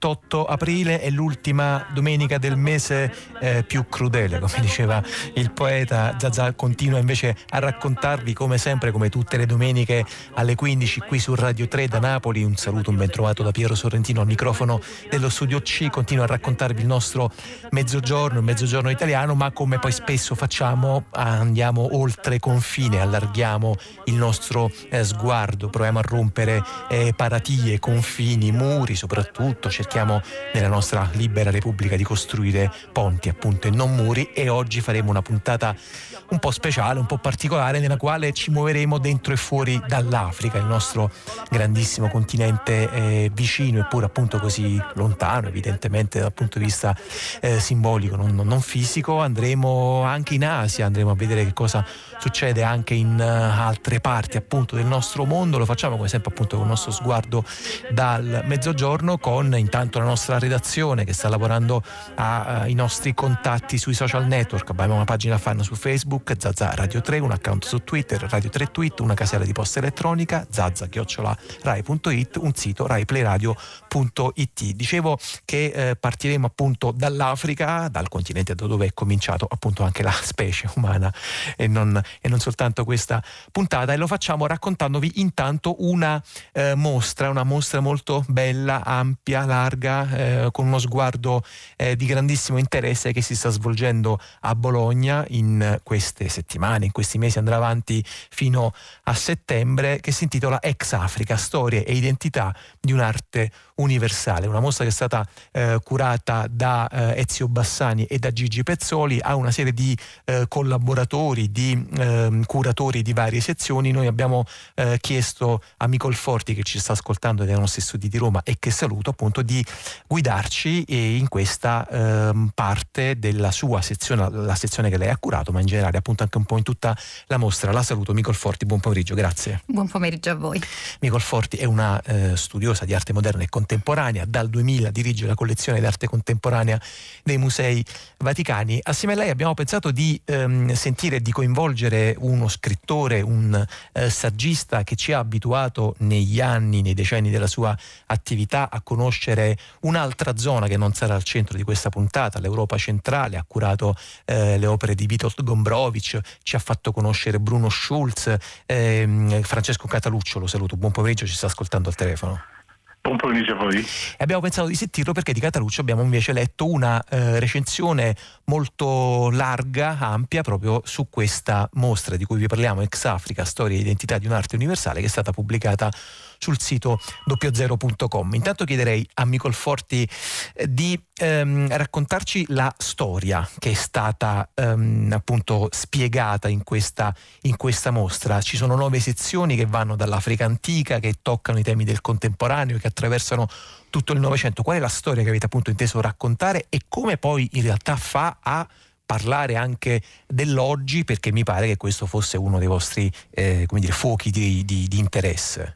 28 aprile è l'ultima domenica del mese più crudele, come diceva il poeta. Zazà continua invece a raccontarvi, come sempre, come tutte le domeniche alle 15 qui su Radio 3 da Napoli. Un saluto, un ben trovato da Piero Sorrentino al microfono dello Studio C. Continua a raccontarvi il nostro mezzogiorno, il mezzogiorno italiano, ma come poi spesso facciamo andiamo oltre confine, allarghiamo il nostro sguardo, proviamo a rompere paratie, confini, muri, soprattutto cerchiamo nella nostra libera Repubblica di costruire ponti, appunto, e non muri. E oggi faremo una puntata un po' speciale, un po' particolare, nella quale ci muoveremo dentro e fuori dall'Africa, il nostro grandissimo continente vicino eppure appunto così lontano evidentemente dal punto di vista simbolico, non fisico. Andremo anche in Asia, andremo a vedere che cosa succede anche in altre parti appunto del nostro mondo. Lo facciamo come sempre appunto con il nostro sguardo dal mezzogiorno, con intanto la nostra redazione che sta lavorando ai nostri contatti sui social network. Abbiamo una pagina fan su Facebook, Zazà Radio 3, un account su Twitter, Radio 3 Tweet, una casella di posta elettronica, zazza@rai.it, un sito raiplayradio.it. Dicevo che partiremo appunto dall'Africa, dal continente da dove è cominciato appunto anche la specie umana e non soltanto questa puntata, e lo facciamo raccontandovi intanto una mostra molto bella, ampia, larga, con uno sguardo di grandissimo interesse, che si sta svolgendo a Bologna in queste settimane, in questi mesi, andrà avanti fino a settembre, che si intitola Ex Africa, storie e identità di un'arte universale. Una mostra che è stata curata da Ezio Bassani e da Gigi Pezzoli, ha una serie di collaboratori, di curatori di varie sezioni. Noi abbiamo chiesto a Micol Forti, che ci sta ascoltando dai nostri studi di Roma e che saluto, appunto, di guidarci in questa parte della sua sezione, la sezione che lei ha curato, ma in generale appunto anche un po' in tutta la mostra. La saluto, Micol Forti, buon pomeriggio, grazie. Buon pomeriggio a voi. Micol Forti è una studiosa di arte moderna e contemporanea, dal 2000 dirige la collezione d'arte contemporanea dei Musei Vaticani. Assieme a lei abbiamo pensato di sentire e di coinvolgere uno scrittore, un saggista che ci ha abituato negli anni, nei decenni della sua attività a conoscere un'altra zona che non sarà al centro di questa puntata, l'Europa centrale. Ha curato le opere di Witold Gombrowicz, ci ha fatto conoscere Bruno Schulz, Francesco Cataluccio, lo saluto, buon pomeriggio, ci sta ascoltando al telefono. Buon pomeriggio a voi. E abbiamo pensato di sentirlo perché di Cataluccio abbiamo invece letto una recensione molto larga, ampia, proprio su questa mostra di cui vi parliamo, Ex Africa, storia e identità di un'arte universale, che è stata pubblicata sul sito 00.com. Intanto chiederei a Micol Forti di raccontarci la storia che è stata appunto spiegata in questa mostra. Ci sono 9 sezioni che vanno dall'Africa antica, che toccano i temi del contemporaneo, che attraversano tutto il Novecento. Qual è la storia che avete appunto inteso raccontare e come poi in realtà fa a parlare anche dell'oggi, perché mi pare che questo fosse uno dei vostri fuochi di interesse?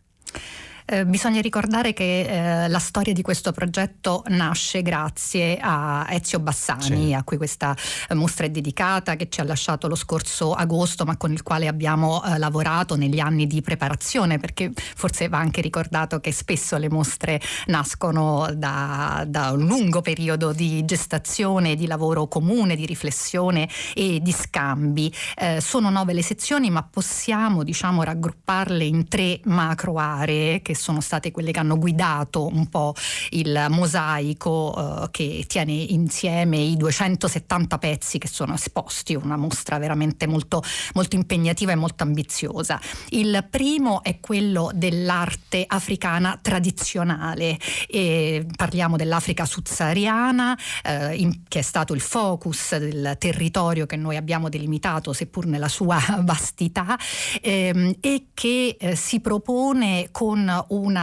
Bisogna ricordare che la storia di questo progetto nasce grazie a Ezio Bassani, sì, a cui questa mostra è dedicata, che ci ha lasciato lo scorso agosto, ma con il quale abbiamo lavorato negli anni di preparazione, perché forse va anche ricordato che spesso le mostre nascono da un lungo periodo di gestazione, di lavoro comune, di riflessione e di scambi. Sono 9 le sezioni, ma possiamo raggrupparle in 3 macro aree, che sono state quelle che hanno guidato un po' il mosaico che tiene insieme i 270 pezzi che sono esposti, una mostra veramente molto, molto impegnativa e molto ambiziosa. Il primo è quello dell'arte africana tradizionale, e parliamo dell'Africa subsahariana, che è stato il focus del territorio che noi abbiamo delimitato, seppur nella sua vastità, e che si propone con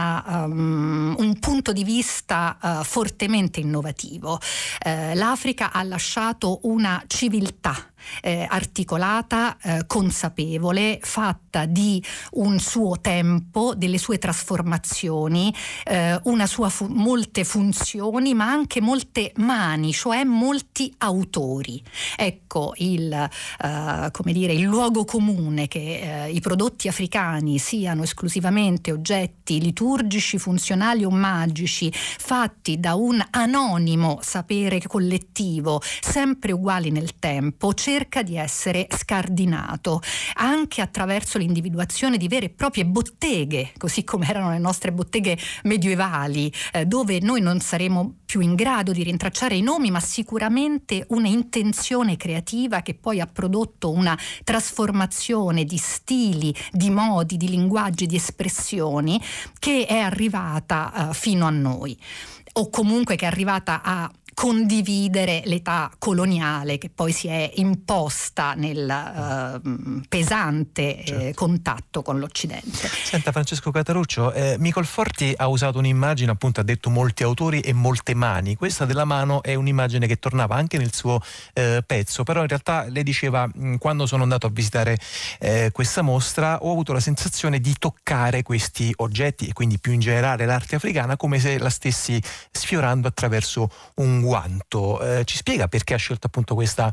un punto di vista fortemente innovativo. L'Africa ha lasciato una civiltà articolata, consapevole, fatta di un suo tempo, delle sue trasformazioni, una sua molte funzioni, ma anche molte mani, cioè molti autori. Ecco come dire, il luogo comune che i prodotti africani siano esclusivamente oggetti liturgici, funzionali o magici, fatti da un anonimo sapere collettivo, sempre uguali nel tempo, cerca di essere scardinato anche attraverso l'individuazione di vere e proprie botteghe, così come erano le nostre botteghe medievali, dove noi non saremo più in grado di rintracciare i nomi, ma sicuramente un'intenzione creativa che poi ha prodotto una trasformazione di stili, di modi, di linguaggi, di espressioni che è arrivata fino a noi, o comunque che è arrivata a condividere l'età coloniale che poi si è imposta nel pesante contatto con l'Occidente. Senta Francesco Cataruccio, Micol Forti ha usato un'immagine, appunto ha detto molti autori e molte mani. Questa della mano è un'immagine che tornava anche nel suo pezzo, però in realtà lei diceva quando sono andato a visitare questa mostra ho avuto la sensazione di toccare questi oggetti e quindi più in generale l'arte africana come se la stessi sfiorando attraverso un guanto. Ci spiega perché ha scelto appunto questo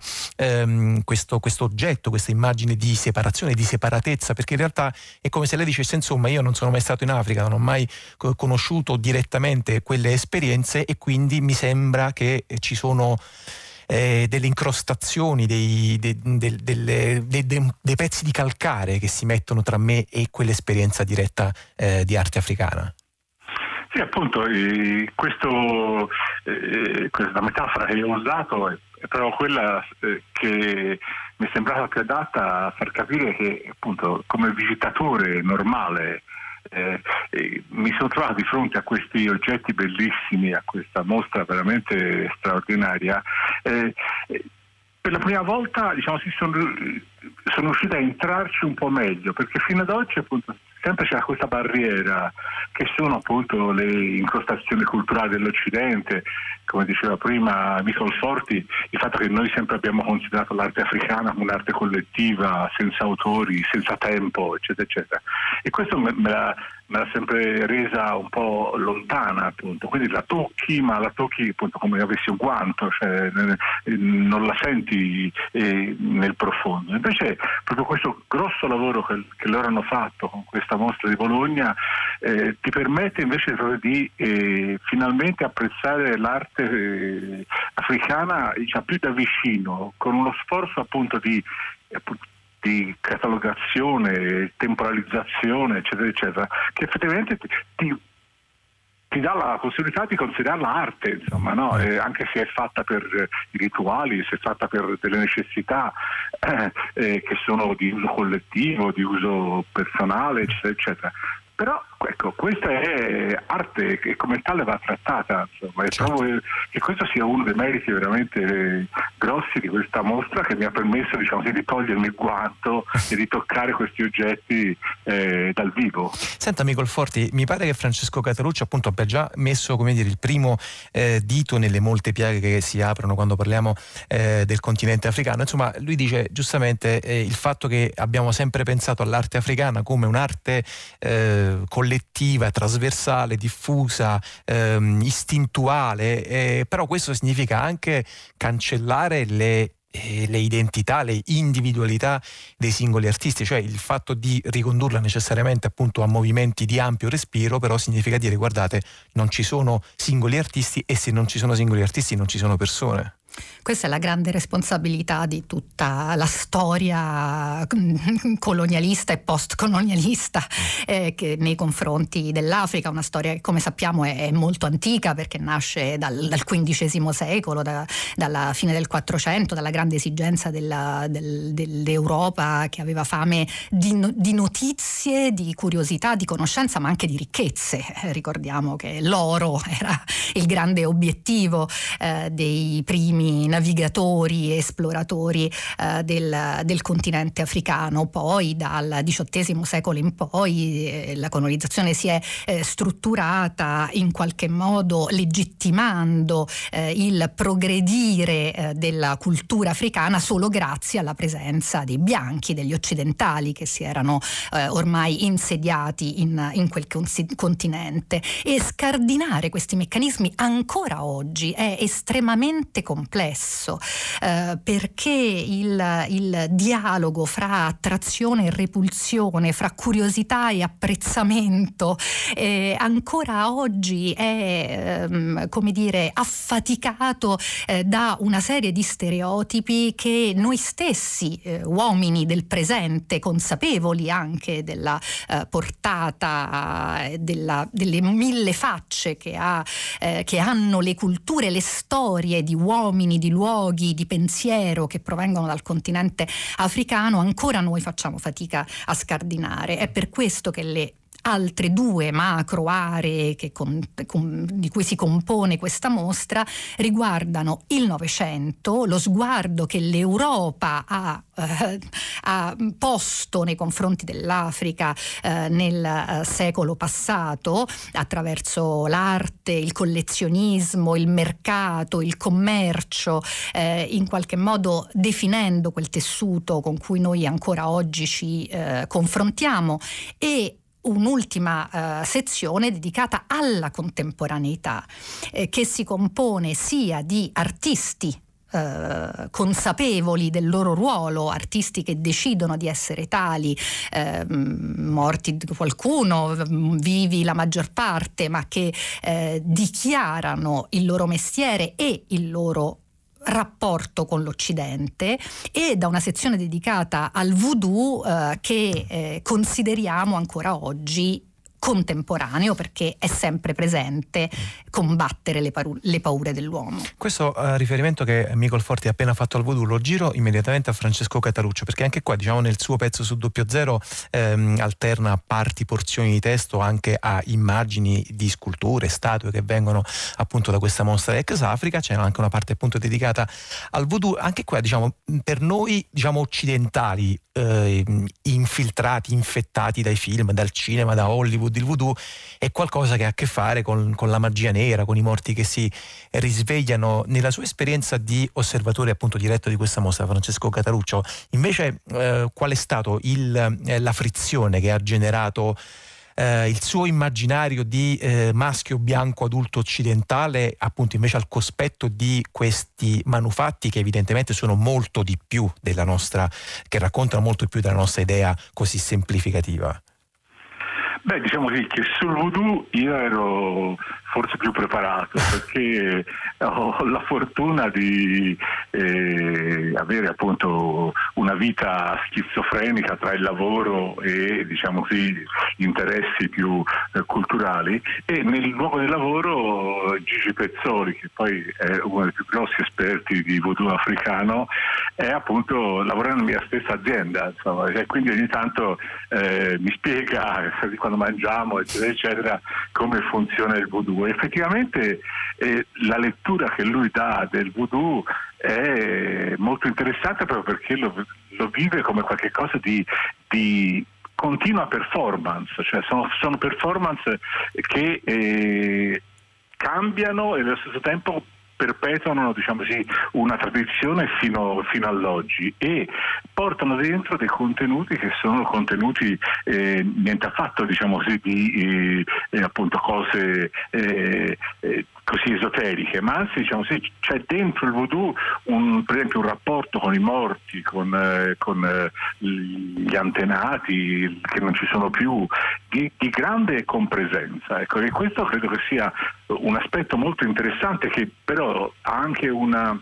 oggetto, questa immagine di separazione, di separatezza, perché in realtà è come se lei dicesse insomma io non sono mai stato in Africa, non ho mai conosciuto direttamente quelle esperienze e quindi mi sembra che ci sono delle incrostazioni, dei pezzi di calcare che si mettono tra me e quell'esperienza diretta di arte africana. Sì, appunto, questa metafora che io ho usato è proprio quella che mi è sembrata più adatta a far capire che appunto come visitatore normale mi sono trovato di fronte a questi oggetti bellissimi, a questa mostra veramente straordinaria. Per la prima volta sono riuscito a entrarci un po' meglio, perché fino ad oggi appunto sempre c'è questa barriera che sono appunto le incrostazioni culturali dell'Occidente, come diceva prima Micol Forti, il fatto che noi sempre abbiamo considerato l'arte africana come un'arte collettiva, senza autori, senza tempo, eccetera, eccetera. E questo me l'ha sempre resa un po' lontana, appunto. Quindi la tocchi, ma la tocchi appunto come avessi un guanto, cioè non la senti nel profondo. Invece proprio questo grosso lavoro che loro hanno fatto con questa mostra di Bologna ti permette invece proprio di finalmente apprezzare l'arte africana, diciamo, più da vicino, con uno sforzo appunto di catalogazione, temporalizzazione, eccetera, eccetera, che effettivamente ti dà la possibilità di considerarla arte, insomma, no? Anche se è fatta per i rituali, se è fatta per delle necessità che sono di uso collettivo, di uso personale, eccetera, eccetera. Però ecco, questa è arte che come tale va trattata, insomma, e trovo che questo sia uno dei meriti veramente grossi di questa mostra, che mi ha permesso, diciamo, di togliermi il guanto e di toccare questi oggetti dal vivo. Senta Micol Forti, mi pare che Francesco Cataruccio appunto abbia già messo, come dire, il primo dito nelle molte piaghe che si aprono quando parliamo del continente africano. Insomma, lui dice giustamente il fatto che abbiamo sempre pensato all'arte africana come un'arte collettiva, trasversale, diffusa, istintuale, però questo significa anche cancellare le identità, le individualità dei singoli artisti, cioè il fatto di ricondurla necessariamente appunto a movimenti di ampio respiro, però significa dire guardate, non ci sono singoli artisti e se non ci sono singoli artisti non ci sono persone. Questa è la grande responsabilità di tutta la storia colonialista e postcolonialista che nei confronti dell'Africa, una storia che come sappiamo è molto antica perché nasce dal XV secolo, dalla fine del 400, dalla grande esigenza dell'Europa che aveva fame di notizie, di curiosità, di conoscenza, ma anche di ricchezze. Ricordiamo che l'oro era il grande obiettivo dei primi primi navigatori e esploratori del continente africano. Poi dal XVIII secolo in poi la colonizzazione si è strutturata in qualche modo legittimando il progredire della cultura africana solo grazie alla presenza dei bianchi, degli occidentali che si erano ormai insediati in quel continente. E scardinare questi meccanismi ancora oggi è estremamente complesso, perché il dialogo fra attrazione e repulsione, fra curiosità e apprezzamento, ancora oggi è come dire affaticato da una serie di stereotipi che noi stessi uomini del presente, consapevoli anche della portata delle mille facce che hanno le culture, le storie di uomini, di luoghi, di pensiero che provengono dal continente africano, ancora noi facciamo fatica a scardinare. È per questo che le altre due macro aree di cui si compone questa mostra riguardano il Novecento, lo sguardo che l'Europa ha posto nei confronti dell'Africa nel secolo passato, attraverso l'arte, il collezionismo, il mercato, il commercio, in qualche modo definendo quel tessuto con cui noi ancora oggi ci confrontiamo, e un'ultima sezione dedicata alla contemporaneità, che si compone sia di artisti consapevoli del loro ruolo, artisti che decidono di essere tali, morti qualcuno, vivi la maggior parte, ma che dichiarano il loro mestiere e il loro rapporto con l'Occidente, e da una sezione dedicata al voodoo che consideriamo ancora oggi contemporaneo, perché è sempre presente combattere le paure dell'uomo. Questo riferimento che Micol Forti ha appena fatto al voodoo lo giro immediatamente a Francesco Cataruccio, perché anche qua, diciamo, nel suo pezzo su 00 alterna parti, porzioni di testo anche a immagini di sculture, statue che vengono appunto da questa mostra ex Africa. C'è anche una parte appunto dedicata al voodoo. Anche qua, diciamo, per noi, diciamo, occidentali, infiltrati, infettati dai film, dal cinema, da Hollywood, il voodoo è qualcosa che ha a che fare con la magia nera, con i morti che si risvegliano. Nella sua esperienza di osservatore appunto diretto di questa mostra, Francesco Cataruccio, invece qual è stato la frizione che ha generato il suo immaginario di maschio bianco adulto occidentale, appunto invece al cospetto di questi manufatti che evidentemente sono molto di più della nostra, che raccontano molto di più della nostra idea così semplificativa? Beh, diciamo che sul voodoo io ero forse più preparato, perché ho la fortuna di avere appunto una vita schizofrenica tra il lavoro e, diciamo così, gli interessi più culturali, e nel luogo di lavoro Gigi Pezzoli, che poi è uno dei più grossi esperti di voodoo africano, è appunto lavora nella mia stessa azienda, insomma, e quindi ogni tanto mi spiega quando mangiamo eccetera eccetera come funziona il voodoo. Effettivamente la lettura che lui dà del voodoo è molto interessante, proprio perché lo vive come qualche cosa di continua performance, cioè sono performance che cambiano e allo stesso tempo perpetuano, diciamo così, una tradizione fino all'oggi, e portano dentro dei contenuti che sono contenuti niente affatto, diciamo così, di appunto cose così esoteriche, ma anzi, diciamo così, c'è dentro il voodoo per esempio un rapporto con i morti, con gli antenati che non ci sono più, di grande compresenza. Ecco, e questo credo che sia un aspetto molto interessante, che però ha anche una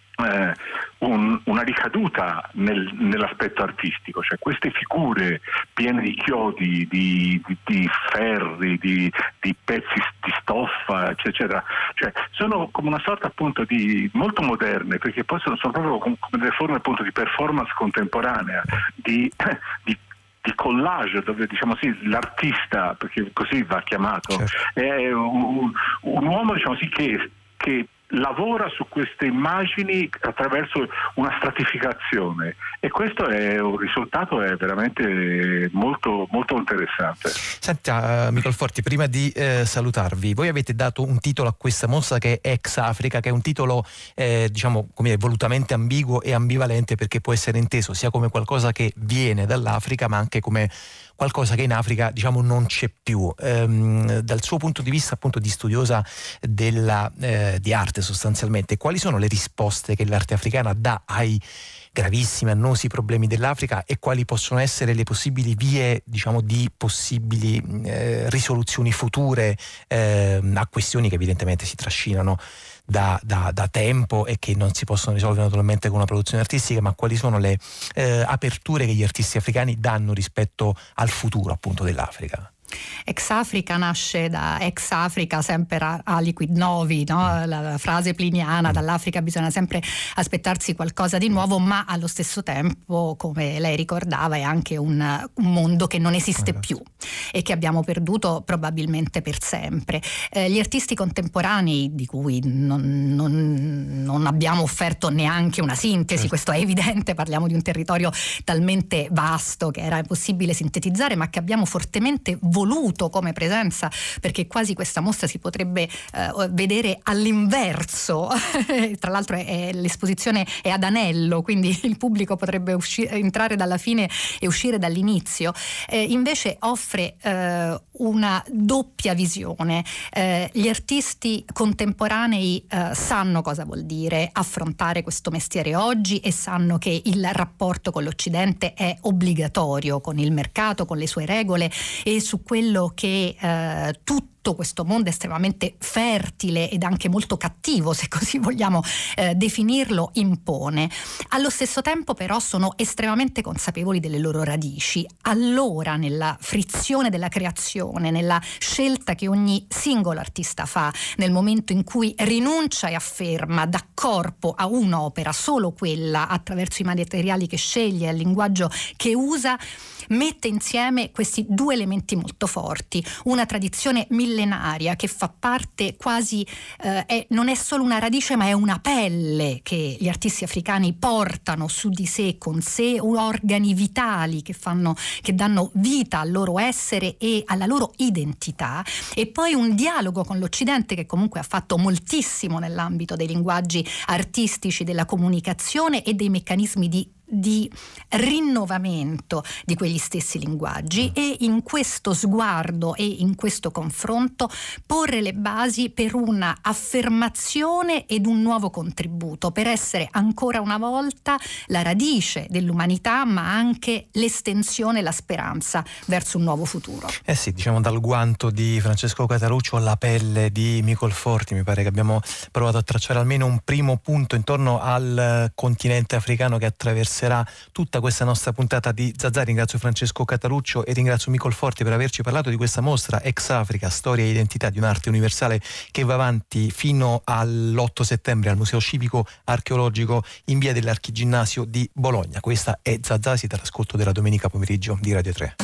ricaduta nell'aspetto artistico, cioè queste figure piene di chiodi, di ferri, di pezzi di stoffa, eccetera, cioè sono come una sorta appunto di molto moderne, perché poi sono proprio come delle forme appunto di performance contemporanea, di collage, dove, diciamo sì, l'artista, perché così va chiamato, certo, è un uomo, diciamo sì, che lavora su queste immagini attraverso una stratificazione, e questo è un risultato è veramente molto, molto interessante. Senta, Micol Forti, prima di salutarvi, voi avete dato un titolo a questa mostra che è Ex Africa, che è un titolo diciamo come volutamente ambiguo e ambivalente, perché può essere inteso sia come qualcosa che viene dall'Africa, ma anche come qualcosa che in Africa, diciamo, non c'è più. Dal suo punto di vista, appunto, di studiosa di arte sostanzialmente, quali sono le risposte che l'arte africana dà ai gravissimi, annosi problemi dell'Africa, e quali possono essere le possibili vie, diciamo, di possibili risoluzioni future a questioni che evidentemente si trascinano da tempo e che non si possono risolvere naturalmente con una produzione artistica, ma quali sono le aperture che gli artisti africani danno rispetto al futuro, appunto, dell'Africa? Ex Africa nasce da ex Africa semper aliquid novi, no? La frase pliniana, dall'Africa bisogna sempre aspettarsi qualcosa di nuovo, ma allo stesso tempo, come lei ricordava, è anche un mondo che non esiste più e che abbiamo perduto probabilmente per sempre. Gli artisti contemporanei, di cui non abbiamo offerto neanche una sintesi, questo è evidente, parliamo di un territorio talmente vasto che era impossibile sintetizzare, ma che abbiamo fortemente voluto come presenza, perché quasi questa mostra si potrebbe vedere all'inverso. Tra l'altro l'esposizione è ad anello, quindi il pubblico potrebbe entrare dalla fine e uscire dall'inizio. Invece offre una doppia visione. Gli artisti contemporanei sanno cosa vuol dire affrontare questo mestiere oggi, e sanno che il rapporto con l'Occidente è obbligatorio, con il mercato, con le sue regole e su quello che tutto questo mondo estremamente fertile ed anche molto cattivo, se così vogliamo definirlo, impone. Allo stesso tempo però sono estremamente consapevoli delle loro radici. Allora, nella frizione della creazione, nella scelta che ogni singolo artista fa, nel momento in cui rinuncia e afferma, dà corpo a un'opera, solo quella, attraverso i materiali che sceglie, il linguaggio che usa, mette insieme questi due elementi molto forti: una tradizione millenaria che fa parte quasi, non è solo una radice, ma è una pelle che gli artisti africani portano su di sé, con sé, organi vitali che danno vita al loro essere e alla loro identità, e poi un dialogo con l'Occidente che comunque ha fatto moltissimo nell'ambito dei linguaggi artistici, della comunicazione e dei meccanismi di rinnovamento di quegli stessi linguaggi, e in questo sguardo e in questo confronto porre le basi per una affermazione ed un nuovo contributo, per essere ancora una volta la radice dell'umanità, ma anche l'estensione e la speranza verso un nuovo futuro. Sì, diciamo, dal guanto di Francesco Cataruccio alla pelle di Micol Forti, mi pare che abbiamo provato a tracciare almeno un primo punto intorno al continente africano che attraverserà tutta questa nostra puntata di Zazà. Ringrazio Francesco Cataruccio e ringrazio Micol Forti per averci parlato di questa mostra Ex Africa, storia e identità di un'arte universale, che va avanti fino all'8 settembre al Museo Civico Archeologico in via dell'Archiginnasio di Bologna. Questa è Zazà, siete all'ascolto della domenica pomeriggio di Radio 3.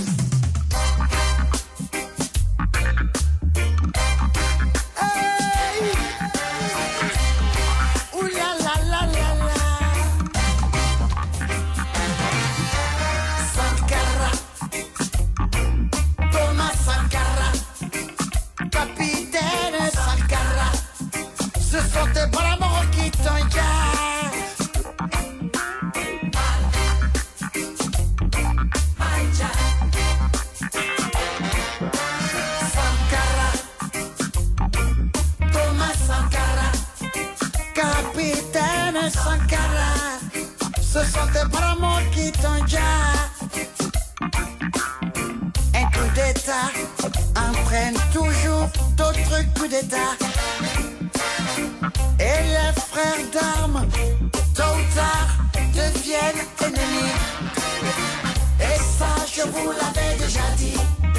Ce sont tes parents qui t'ont déjà. Un coup d'état entraîne toujours d'autres coups d'état. Et les frères d'armes, tôt ou tard, deviennent ennemis. Et ça, je vous l'avais déjà dit.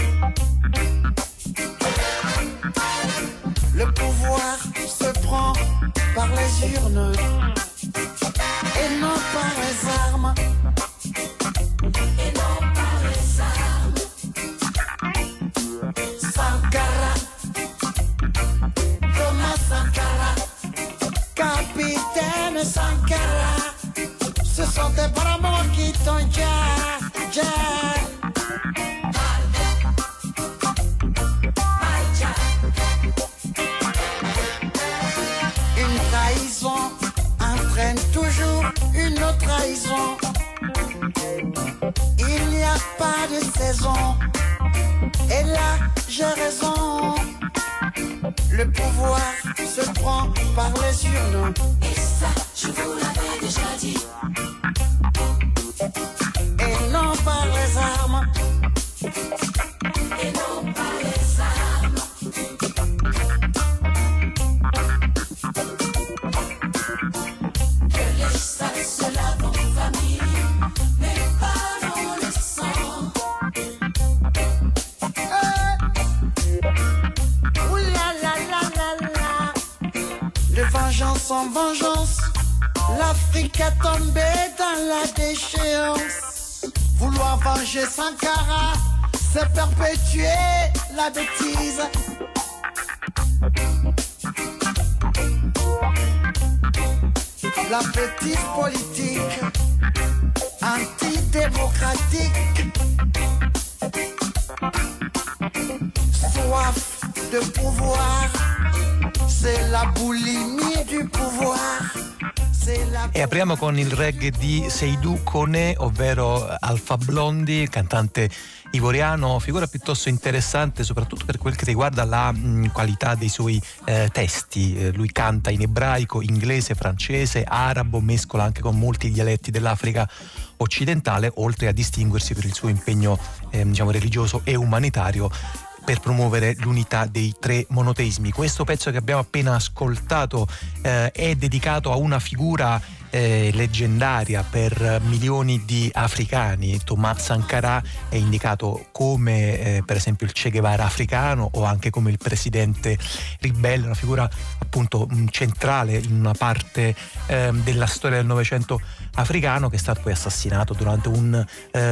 Le pouvoir se prend par les urnes et non par les armes. Et non par les armes. Sankara, Thomas Sankara, trahison entraîne toujours une autre trahison. Il n'y a pas de saison, et là j'ai raison. Le pouvoir se prend par les urnes. Et ça, je vous l'avais déjà dit. Et non par les armes. Et non par les armes. Que les salles se lavent en famille, mais pas dans le sang. Ouh là là là là là. De vengeance en vengeance, l'Afrique a tombé dans la déchéance. Vouloir venger Sankara, c'est perpétuer la bêtise. La bêtise politique, antidémocratique. Soif de pouvoir, c'est la boulimie du pouvoir. E apriamo con il reggae di Seydou Kone, ovvero Alpha Blondy, cantante ivoriano, figura piuttosto interessante soprattutto per quel che riguarda la qualità dei suoi testi. Lui canta in ebraico, inglese, francese, arabo, mescola anche con molti dialetti dell'Africa occidentale, oltre a distinguersi per il suo impegno religioso e umanitario per promuovere l'unità dei tre monoteismi. Questo pezzo che abbiamo appena ascoltato è dedicato a una figura leggendaria per milioni di africani. Thomas Sankara è indicato come per esempio il Che Guevara africano, o anche come il presidente ribelle, una figura appunto centrale in una parte della storia del Novecento africano, che è stato poi assassinato durante un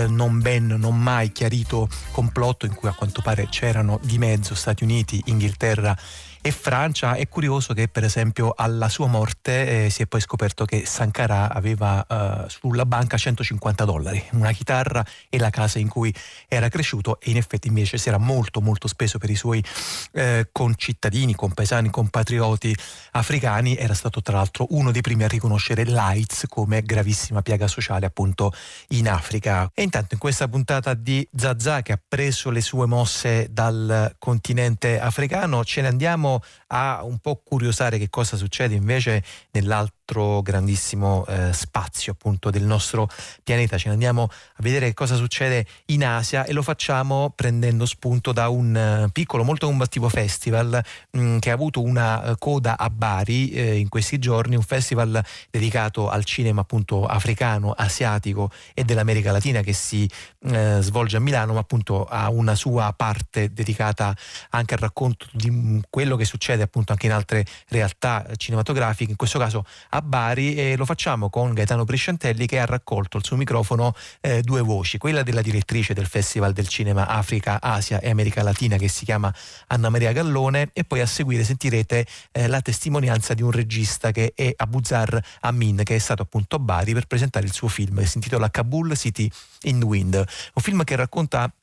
non mai chiarito complotto in cui a quanto pare c'erano di mezzo Stati Uniti, Inghilterra e Francia. È curioso che per esempio alla sua morte si è poi scoperto che Sankara aveva sulla banca $150, una chitarra e la casa in cui era cresciuto, e in effetti invece si era molto speso per i suoi concittadini, compaesani, compatrioti africani. Era stato tra l'altro uno dei primi a riconoscere l'AIDS come gravissima piaga sociale appunto in Africa. E intanto in questa puntata di Zazà, che ha preso le sue mosse dal continente africano, ce ne andiamo a un po' curiosare che cosa succede invece nell'altro grandissimo spazio appunto del nostro pianeta. Ce ne andiamo a vedere che cosa succede in Asia, e lo facciamo prendendo spunto da un piccolo, molto combattivo festival che ha avuto una coda a Bari in questi giorni, un festival dedicato al cinema appunto africano, asiatico e dell'America Latina, che si svolge a Milano, ma appunto ha una sua parte dedicata anche al racconto di quello che succede appunto anche in altre realtà cinematografiche, in questo caso a Bari, e lo facciamo con Gaetano Brisciantelli, che ha raccolto al suo microfono due voci, quella della direttrice del Festival del Cinema Africa, Asia e America Latina, che si chiama Anna Maria Gallone, e poi a seguire sentirete la testimonianza di un regista che è Abuzar Amin, che è stato appunto a Bari per presentare il suo film che si intitola Kabul City in the Wind, un film che racconta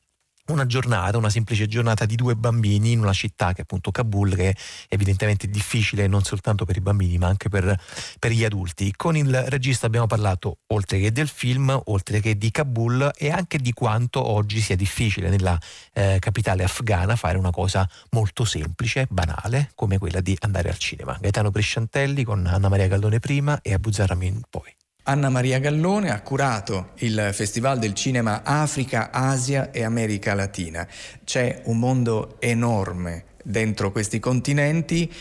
una semplice giornata di due bambini in una città che è appunto Kabul, che è evidentemente difficile non soltanto per i bambini ma anche per gli adulti. Con il regista abbiamo parlato oltre che del film, oltre che di Kabul, e anche di quanto oggi sia difficile nella capitale afghana fare una cosa molto semplice, banale, come quella di andare al cinema. Gaetano Brisciantelli con Anna Maria Gallone prima e Abuzar Amin poi. Anna Maria Gallone ha curato il Festival del Cinema Africa, Asia e America Latina. C'è un mondo enorme dentro questi continenti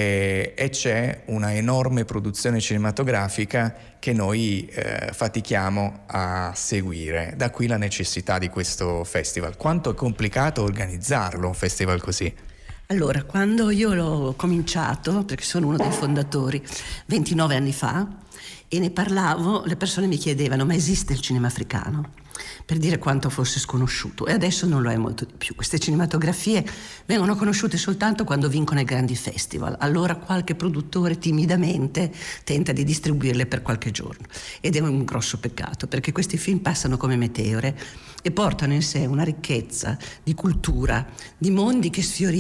e c'è una enorme produzione cinematografica che noi fatichiamo a seguire. Da qui la necessità di questo festival. Quanto è complicato organizzarlo un festival così? Allora, quando io l'ho cominciato, perché sono uno dei fondatori, 29 anni fa, e ne parlavo, le persone mi chiedevano: ma esiste il cinema africano? Per dire quanto fosse sconosciuto, e adesso non lo è molto di più. Queste cinematografie vengono conosciute soltanto quando vincono i grandi festival, allora qualche produttore timidamente tenta di distribuirle per qualche giorno, ed è un grosso peccato, perché questi film passano come meteore e portano in sé una ricchezza di cultura, di mondi che sfioriamo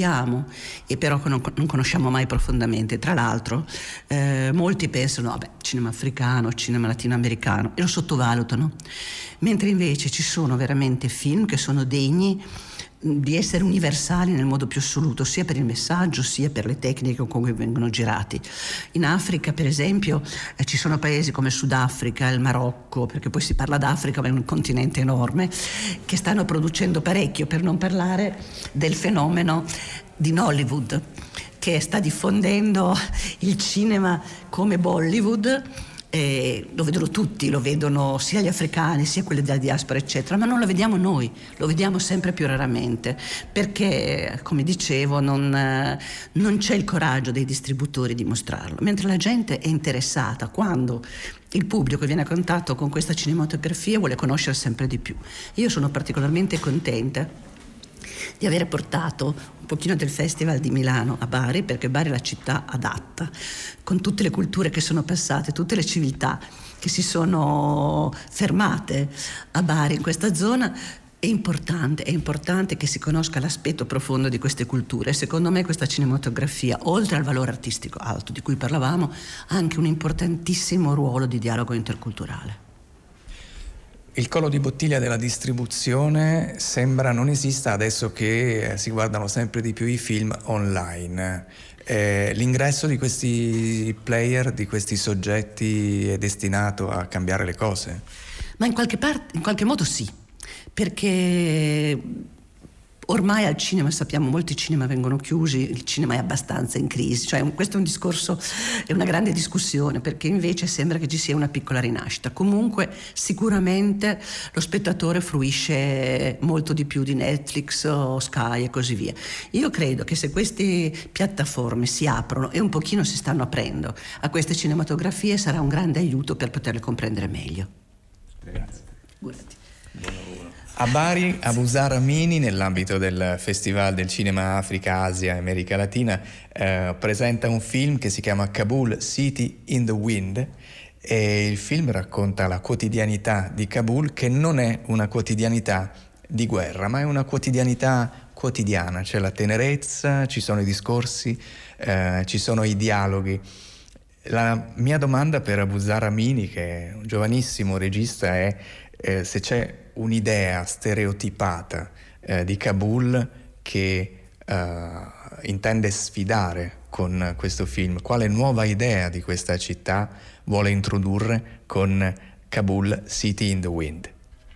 conosciamo e però non conosciamo mai profondamente. Tra l'altro molti pensano, vabbè, cinema africano, cinema latinoamericano, e lo sottovalutano, mentre invece ci sono veramente film che sono degni di essere universali nel modo più assoluto, sia per il messaggio sia per le tecniche con cui vengono girati. In Africa, per esempio, ci sono paesi come Sudafrica, il Marocco, perché poi si parla d'Africa ma è un continente enorme, che stanno producendo parecchio, per non parlare del fenomeno di Nollywood, che sta diffondendo il cinema come Bollywood. Lo vedono tutti, lo vedono sia gli africani sia quelli della diaspora eccetera, ma non lo vediamo noi, lo vediamo sempre più raramente, perché come dicevo non c'è il coraggio dei distributori di mostrarlo, mentre la gente è interessata quando il pubblico viene a contatto con questa cinematografia, vuole conoscere sempre di più. Io sono particolarmente contenta di aver portato un pochino del Festival di Milano a Bari, perché Bari è la città adatta, con tutte le culture che sono passate, tutte le civiltà che si sono fermate a Bari in questa zona. È importante che si conosca l'aspetto profondo di queste culture. Secondo me questa cinematografia, oltre al valore artistico alto di cui parlavamo, ha anche un importantissimo ruolo di dialogo interculturale. Il collo di bottiglia della distribuzione sembra non esista adesso che si guardano sempre di più i film online. L'ingresso di questi player, di questi soggetti, è destinato a cambiare le cose? Ma in qualche modo sì, perché ormai al cinema, sappiamo, molti cinema vengono chiusi, il cinema è abbastanza in crisi, cioè questo è un discorso, è una grande discussione, perché invece sembra che ci sia una piccola rinascita. Comunque sicuramente lo spettatore fruisce molto di più di Netflix o Sky e così via. Io credo che se queste piattaforme si aprono e un pochino si stanno aprendo a queste cinematografie, sarà un grande aiuto per poterle comprendere meglio. Grazie. A Bari, Abusar Amini, nell'ambito del Festival del Cinema Africa, Asia e America Latina, presenta un film che si chiama Kabul City in the Wind, e il film racconta la quotidianità di Kabul, che non è una quotidianità di guerra, ma è una quotidianità quotidiana. C'è la tenerezza, ci sono i discorsi, ci sono i dialoghi. La mia domanda per Abusar Amini, che è un giovanissimo regista, è se c'è un'idea stereotipata di Kabul che intende sfidare con questo film. Quale nuova idea di questa città vuole introdurre con Kabul City in the Wind?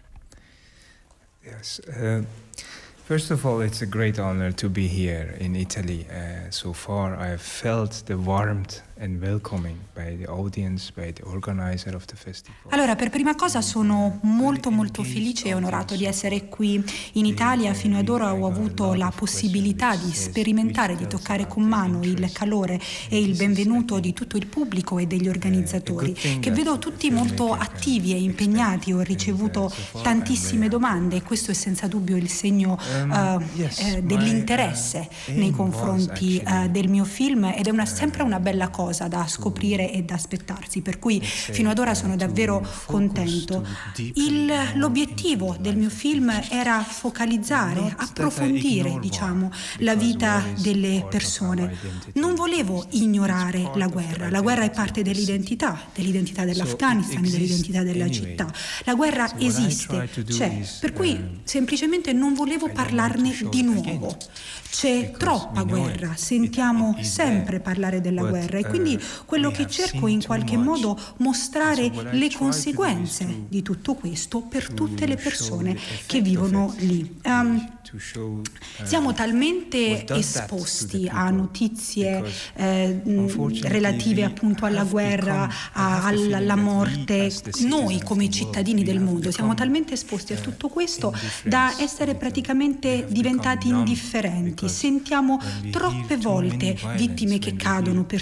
Yes. First of all, it's a great honor to be here in Italy. So far, I have felt the warmth and welcoming by the audience, by the organizer of the festival. Allora, per prima cosa sono molto felice e onorato di essere qui in Italia. Fino ad ora ho avuto la possibilità di sperimentare, di toccare con mano il calore e il benvenuto di tutto il pubblico e degli organizzatori, che vedo tutti molto attivi e impegnati. Ho ricevuto tantissime domande e questo è senza dubbio il segno dell'interesse nei confronti del mio film, ed è sempre una bella cosa da scoprire e da aspettarsi, per cui fino ad ora sono davvero contento. L'obiettivo del mio film era focalizzare, approfondire, diciamo, la vita delle persone. Non volevo ignorare la guerra. La guerra è parte dell'identità dell'Afghanistan, dell'identità della città. La guerra esiste, c'è, per cui semplicemente non volevo parlarne di nuovo. C'è troppa guerra, sentiamo sempre parlare della guerra, e quindi quello che cerco è in qualche modo mostrare le conseguenze di tutto questo per tutte le persone che vivono lì. Siamo talmente esposti a notizie relative appunto alla guerra, alla morte, noi come cittadini del mondo siamo talmente esposti a tutto questo da essere praticamente diventati indifferenti. Sentiamo troppe volte vittime che cadono, persone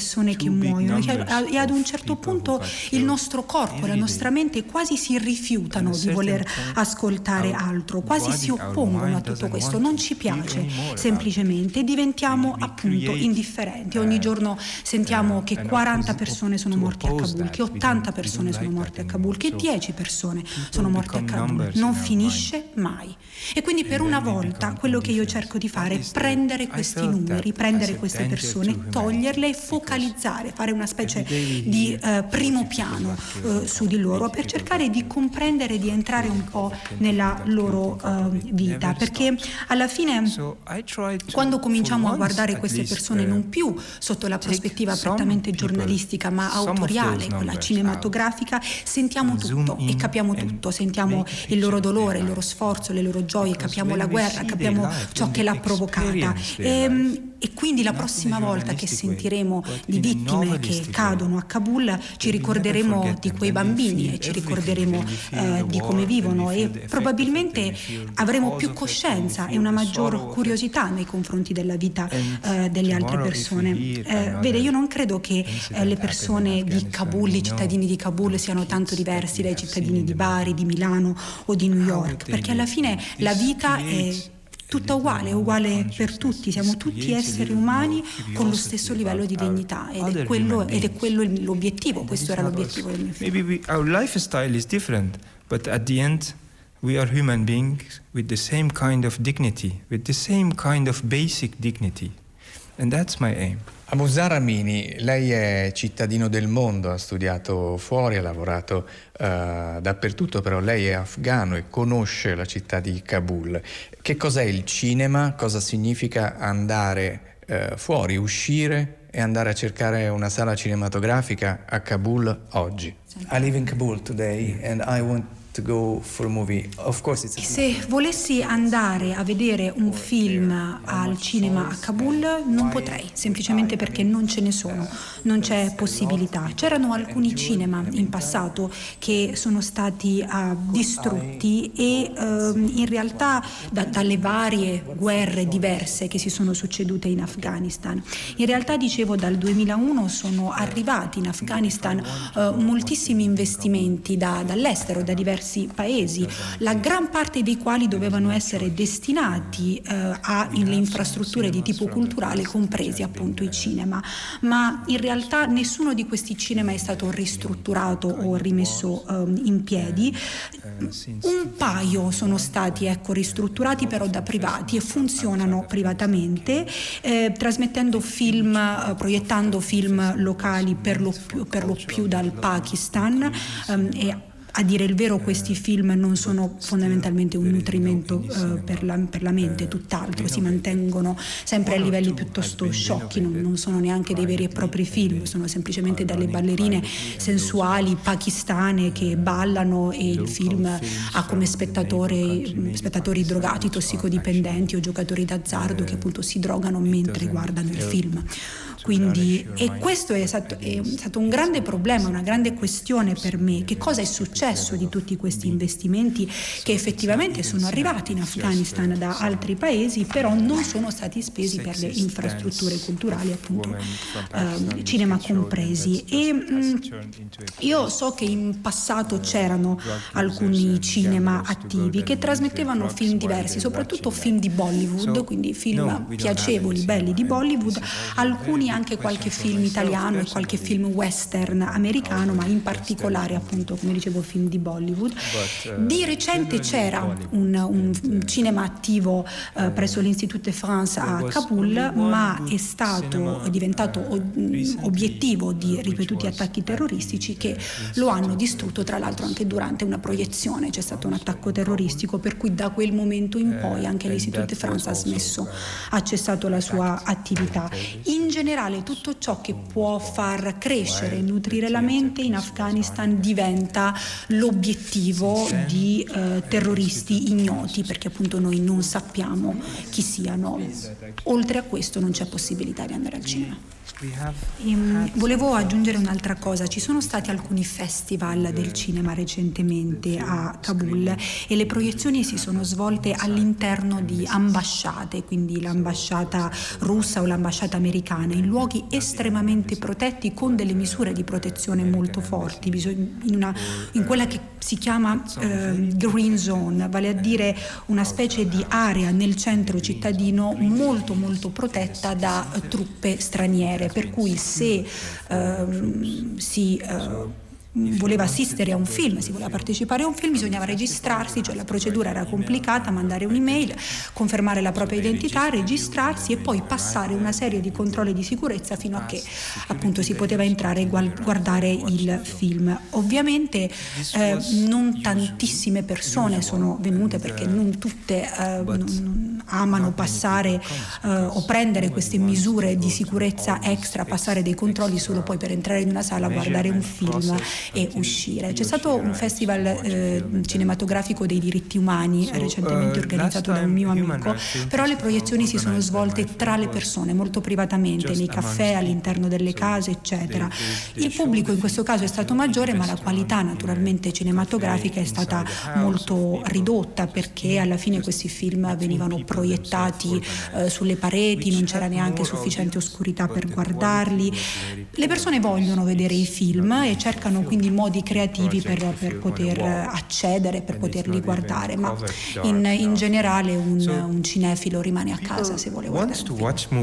che muoiono e ad un certo punto il nostro corpo, la nostra mente quasi si rifiutano di voler ascoltare altro, quasi si oppongono a tutto questo, non ci piace semplicemente, diventiamo appunto indifferenti. Ogni giorno sentiamo che 40 persone sono morte a Kabul, che 80 persone sono morte a Kabul, che 10 persone sono morte a Kabul, non finisce mai. E quindi per una volta quello che io cerco di fare è prendere questi numeri, prendere queste persone, toglierle e focalizzare, fare una specie di primo piano su di loro, per cercare di comprendere, di entrare un po' nella loro vita, perché alla fine quando cominciamo a guardare queste persone non più sotto la prospettiva prettamente giornalistica ma autoriale, quella cinematografica, sentiamo tutto e capiamo tutto, sentiamo il loro dolore, il loro sforzo, le loro gioie, capiamo la guerra, capiamo ciò che l'ha provocata. E quindi la prossima volta che sentiremo di vittime che cadono a Kabul ci ricorderemo di quei bambini e ci ricorderemo di come vivono, e probabilmente avremo più coscienza e una maggior curiosità nei confronti della vita delle altre persone. Vede, io non credo che le persone di Kabul, i cittadini di Kabul siano tanto diversi dai cittadini di Bari, di Milano o di New York, perché alla fine la vita è tutta uguale, è uguale per tutti, siamo tutti esseri umani con lo stesso livello di dignità, ed è quello l'obiettivo, questo era l'obiettivo del mio film. Maybe our lifestyle is different, but at the end we are human beings with the same kind of dignity, with the same kind of basic dignity, and that's my aim. Amoussar Amini, lei è cittadino del mondo, ha studiato fuori, ha lavorato dappertutto, però lei è afghano e conosce la città di Kabul. Che cos'è il cinema? Cosa significa andare fuori, uscire e andare a cercare una sala cinematografica a Kabul oggi? I live in Kabul today and I want to go for a movie. Of course it's Se volessi andare a vedere un film al cinema a Kabul non potrei, semplicemente perché non ce ne sono, non c'è possibilità. C'erano alcuni cinema in passato che sono stati distrutti e in realtà dalle varie guerre diverse che si sono succedute in Afghanistan. In realtà, dicevo, dal 2001 sono arrivati in Afghanistan moltissimi investimenti dall'estero, da diversi paesi, la gran parte dei quali dovevano essere destinati alle infrastrutture di tipo culturale, compresi appunto i cinema, ma in realtà nessuno di questi cinema è stato ristrutturato o rimesso in piedi. Un paio sono stati ristrutturati, però da privati, e funzionano privatamente, trasmettendo film, proiettando film locali per lo più dal Pakistan, e a dire il vero questi film non sono fondamentalmente un nutrimento per la mente, tutt'altro, si mantengono sempre a livelli piuttosto sciocchi, non sono neanche dei veri e propri film, sono semplicemente delle ballerine sensuali pakistane che ballano, e il film ha come spettatori drogati, tossicodipendenti o giocatori d'azzardo che appunto si drogano mentre guardano il film. Quindi, e questo è stato un grande problema, una grande questione per me. Che cosa è successo di tutti questi investimenti che effettivamente sono arrivati in Afghanistan da altri paesi, però non sono stati spesi per le infrastrutture culturali, appunto cinema compresi. E io so che in passato c'erano alcuni cinema attivi che trasmettevano film diversi, soprattutto film di Bollywood, quindi film piacevoli, belli di Bollywood, alcuni anche qualche film italiano e qualche film western americano, ma in particolare appunto, come dicevo, film di Bollywood. Di recente c'era un cinema attivo presso l'Institut de France a Kabul, ma è diventato obiettivo di ripetuti attacchi terroristici che lo hanno distrutto. Tra l'altro anche durante una proiezione c'è stato un attacco terroristico, per cui da quel momento in poi anche l'Institut de France ha cessato la sua attività. In generale tutto ciò che può far crescere e nutrire la mente in Afghanistan diventa l'obiettivo di terroristi ignoti, perché appunto noi non sappiamo chi siano. Oltre a questo non c'è possibilità di andare al cinema. Volevo aggiungere un'altra cosa, ci sono stati alcuni festival del cinema recentemente a Kabul e le proiezioni si sono svolte all'interno di ambasciate, quindi l'ambasciata russa o l'ambasciata americana, in luoghi estremamente protetti con delle misure di protezione molto forti, in quella che si chiama green zone, vale a dire una specie di area nel centro cittadino molto molto protetta da truppe straniere, per cui se si voleva assistere a un film, si voleva partecipare a un film, bisognava registrarsi, cioè la procedura era complicata, mandare un'email, confermare la propria identità, registrarsi e poi passare una serie di controlli di sicurezza fino a che appunto si poteva entrare e guardare il film. Ovviamente non tantissime persone sono venute perché non tutte amano passare o prendere queste misure di sicurezza extra, passare dei controlli solo poi per entrare in una sala, guardare un film e uscire. C'è stato un festival cinematografico dei diritti umani recentemente organizzato da un mio amico, però le proiezioni si sono svolte tra le persone, molto privatamente, nei caffè, all'interno delle case, eccetera. Il pubblico in questo caso è stato maggiore, ma la qualità naturalmente cinematografica è stata molto ridotta, perché alla fine questi film venivano proiettati sulle pareti, non c'era neanche sufficiente oscurità per guardarli. Le persone vogliono vedere i film e cercano quindi modi creativi per poter accedere, per poterli guardare, ma in generale un cinefilo rimane a casa se vuole guardare un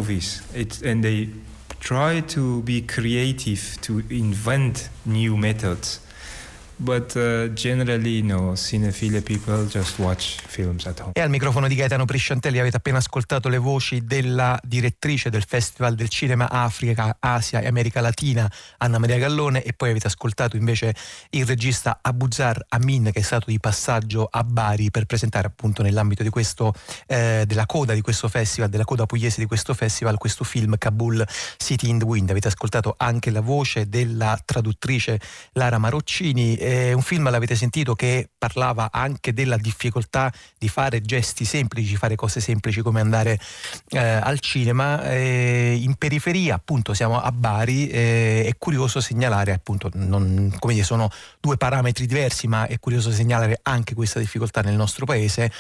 film. Try to be creative to invent new methods. But generally no, cinephile people just watch films at home. E al microfono di Gaetano Prisciantelli avete appena ascoltato le voci della direttrice del Festival del Cinema Africa, Asia e America Latina, Anna Maria Gallone, e poi avete ascoltato invece il regista Abuzar Amin, che è stato di passaggio a Bari per presentare appunto nell'ambito di questo della coda di questo festival, della coda pugliese di questo festival, questo film Kabul City in the Wind. Avete ascoltato anche la voce della traduttrice Lara Maroccini. Un film, l'avete sentito, che parlava anche della difficoltà di fare gesti semplici, fare cose semplici come andare al cinema. In periferia, appunto, siamo a Bari, è curioso segnalare, appunto, come dire, sono due parametri diversi, ma è curioso segnalare anche questa difficoltà nel nostro paese.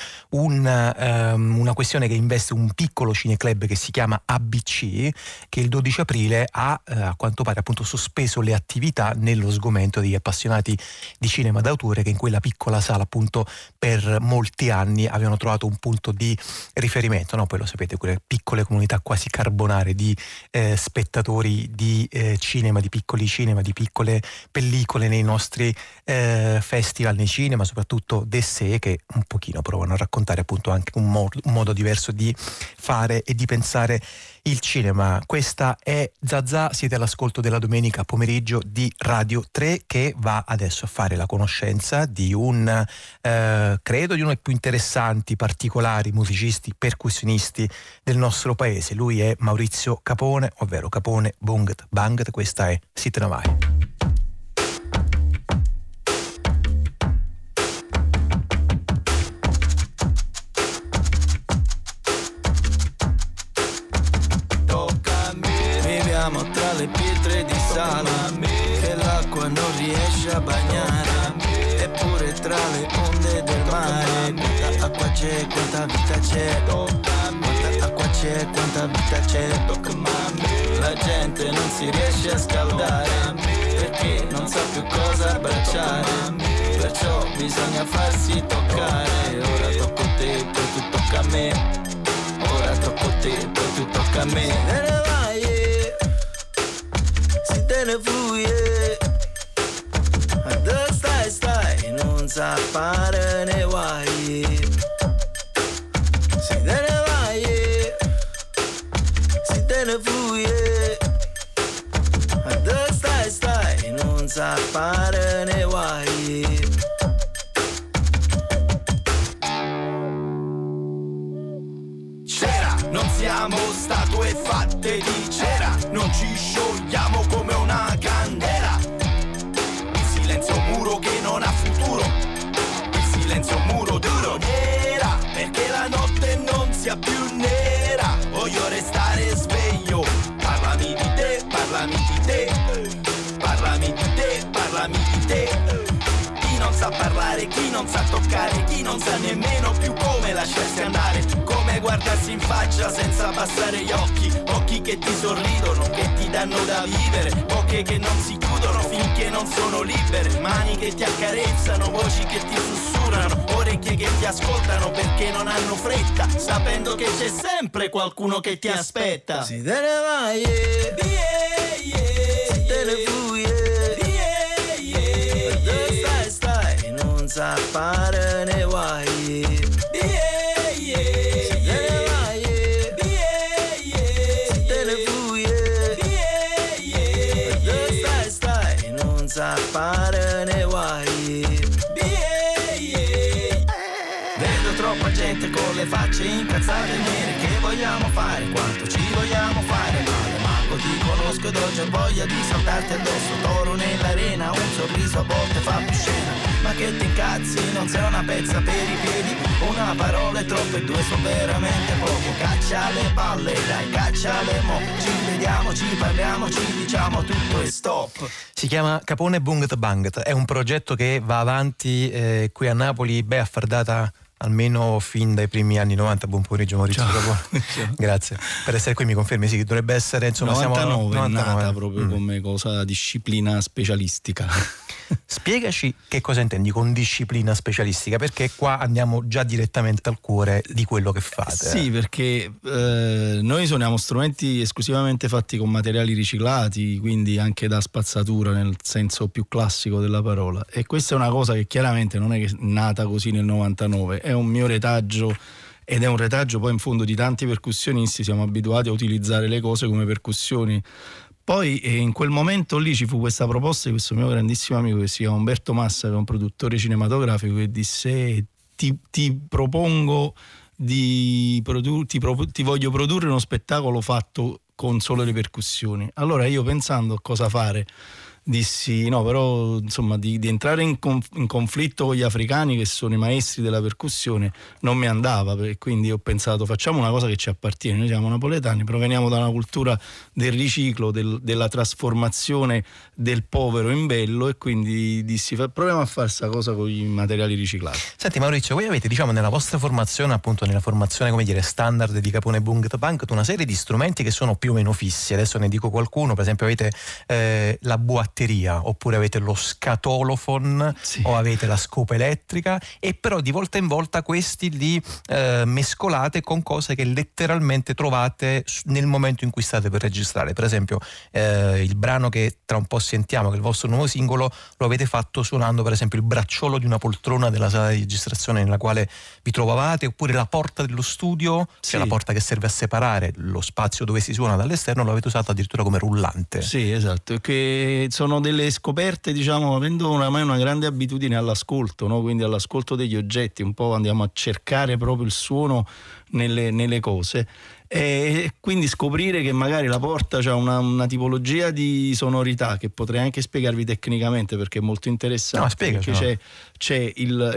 Una questione che investe un piccolo cineclub che si chiama ABC, che il 12 aprile ha a quanto pare appunto sospeso le attività nello sgomento degli appassionati di cinema d'autore, che in quella piccola sala appunto per molti anni avevano trovato un punto di riferimento, no? Poi lo sapete, quelle piccole comunità quasi carbonare di spettatori di cinema, di piccoli cinema, di piccole pellicole nei nostri festival, nei cinema, soprattutto d'essè, che un pochino provano a raccontare appunto anche un modo diverso di fare e di pensare il cinema. Questa è Zazà, siete all'ascolto della domenica pomeriggio di Radio 3, che va adesso a fare la conoscenza di credo di uno dei più interessanti, particolari musicisti percussionisti del nostro paese. Lui è Maurizio Capone, ovvero Capone Bunget Banget. Questa è Sitnavai. Tra le pietre di sale che l'acqua non riesce a bagnare, eppure tra le onde del mare quanta acqua c'è, quanta vita c'è, quanta acqua c'è, quanta vita c'è. La gente non si riesce a scaldare perché non sa più cosa abbracciare, perciò bisogna farsi toccare. Ora tocco te, poi tu tocca a me. Ora tocco te, poi tu tocca a me. Te ne fluye, dove stai, non sa fare ne guai. Se te ne vai, se te ne fluye, dove stai, non sa fare ne guai. Cera, non siamo statue fatte di cera, non ci sciogliamo come una candela. Il silenzio muro che non ha futuro, il silenzio muro duro nera, perché la notte non sia più nera. Voglio restare sveglio, parlami di te, non sa toccare, chi non sa nemmeno più come lasciarsi andare, come guardarsi in faccia senza abbassare gli occhi, occhi che ti sorridono, che ti danno da vivere, bocche che non si chiudono finché non sono libere, mani che ti accarezzano, voci che ti sussurrano, orecchie che ti ascoltano perché non hanno fretta, sapendo che c'è sempre qualcuno che ti aspetta. Si te ne vai, si te ne fui, dove stai, non sa fare ne guai. Fare ne guai. Vedo troppa gente con le facce incazzate nere, che vogliamo fare, quanto ci vogliamo fare male, manco ti conosco ed ho già voglia di saltarti addosso, toro nell'arena, un sorriso a volte fa più scena, ma che ti incazzi, non sei una pezza per i piedi, una parola è troppo e due sono veramente poco, caccia le palle, dai cacciale mo, ci vediamo, ci parliamo, ci diciamo tutto e stop. Si chiama Capone Bungt Bangt, è un progetto che va avanti qui a Napoli, a far data almeno fin dai primi anni 90. Buon pomeriggio Maurizio. Grazie per essere qui, mi confermi? Sì, dovrebbe essere, insomma, 99, siamo 99. È nata proprio come cosa, disciplina specialistica. Spiegaci che cosa intendi con disciplina specialistica, perché qua andiamo già direttamente al cuore di quello che fate. Sì, perché noi suoniamo strumenti esclusivamente fatti con materiali riciclati, quindi anche da spazzatura nel senso più classico della parola, e questa è una cosa che chiaramente non è che è nata così nel 99, è un mio retaggio, ed è un retaggio poi in fondo di tanti percussionisti, siamo abituati a utilizzare le cose come percussioni. Poi in quel momento lì ci fu questa proposta di questo mio grandissimo amico che si chiama Umberto Massa, che è un produttore cinematografico, che disse ti propongo ti voglio produrre uno spettacolo fatto con solo le percussioni. Allora io, pensando a cosa fare, dissi no, però insomma di entrare in conflitto con gli africani, che sono i maestri della percussione, non mi andava, e quindi ho pensato facciamo una cosa che ci appartiene, noi siamo napoletani, proveniamo da una cultura del riciclo, della trasformazione del povero in bello, e quindi dissi proviamo a fare questa cosa con i materiali riciclati. Senti Maurizio, voi avete, diciamo, nella vostra formazione, appunto nella formazione, come dire, standard di Capone Bungt Bangt, una serie di strumenti che sono più o meno fissi. Adesso ne dico qualcuno, per esempio avete la buatteria, oppure avete lo scatolofon, sì, o avete la scopa elettrica, e però di volta in volta questi li mescolate con cose che letteralmente trovate nel momento in cui state per registrare. Per esempio il brano che tra un po' sentiamo, che è il vostro nuovo singolo, lo avete fatto suonando per esempio il bracciolo di una poltrona della sala di registrazione nella quale vi trovavate, oppure la porta dello studio, sì, cioè la porta che serve a separare lo spazio dove si suona dall'esterno, l'avete usato addirittura come rullante. Sì, esatto, che sono delle scoperte, diciamo, avendo oramai una grande abitudine all'ascolto, no? Quindi all'ascolto degli oggetti, un po' andiamo a cercare proprio il suono nelle cose, e quindi scoprire che magari la porta c'ha una tipologia di sonorità che potrei anche spiegarvi tecnicamente, perché è molto interessante. No, spiega, perché c'è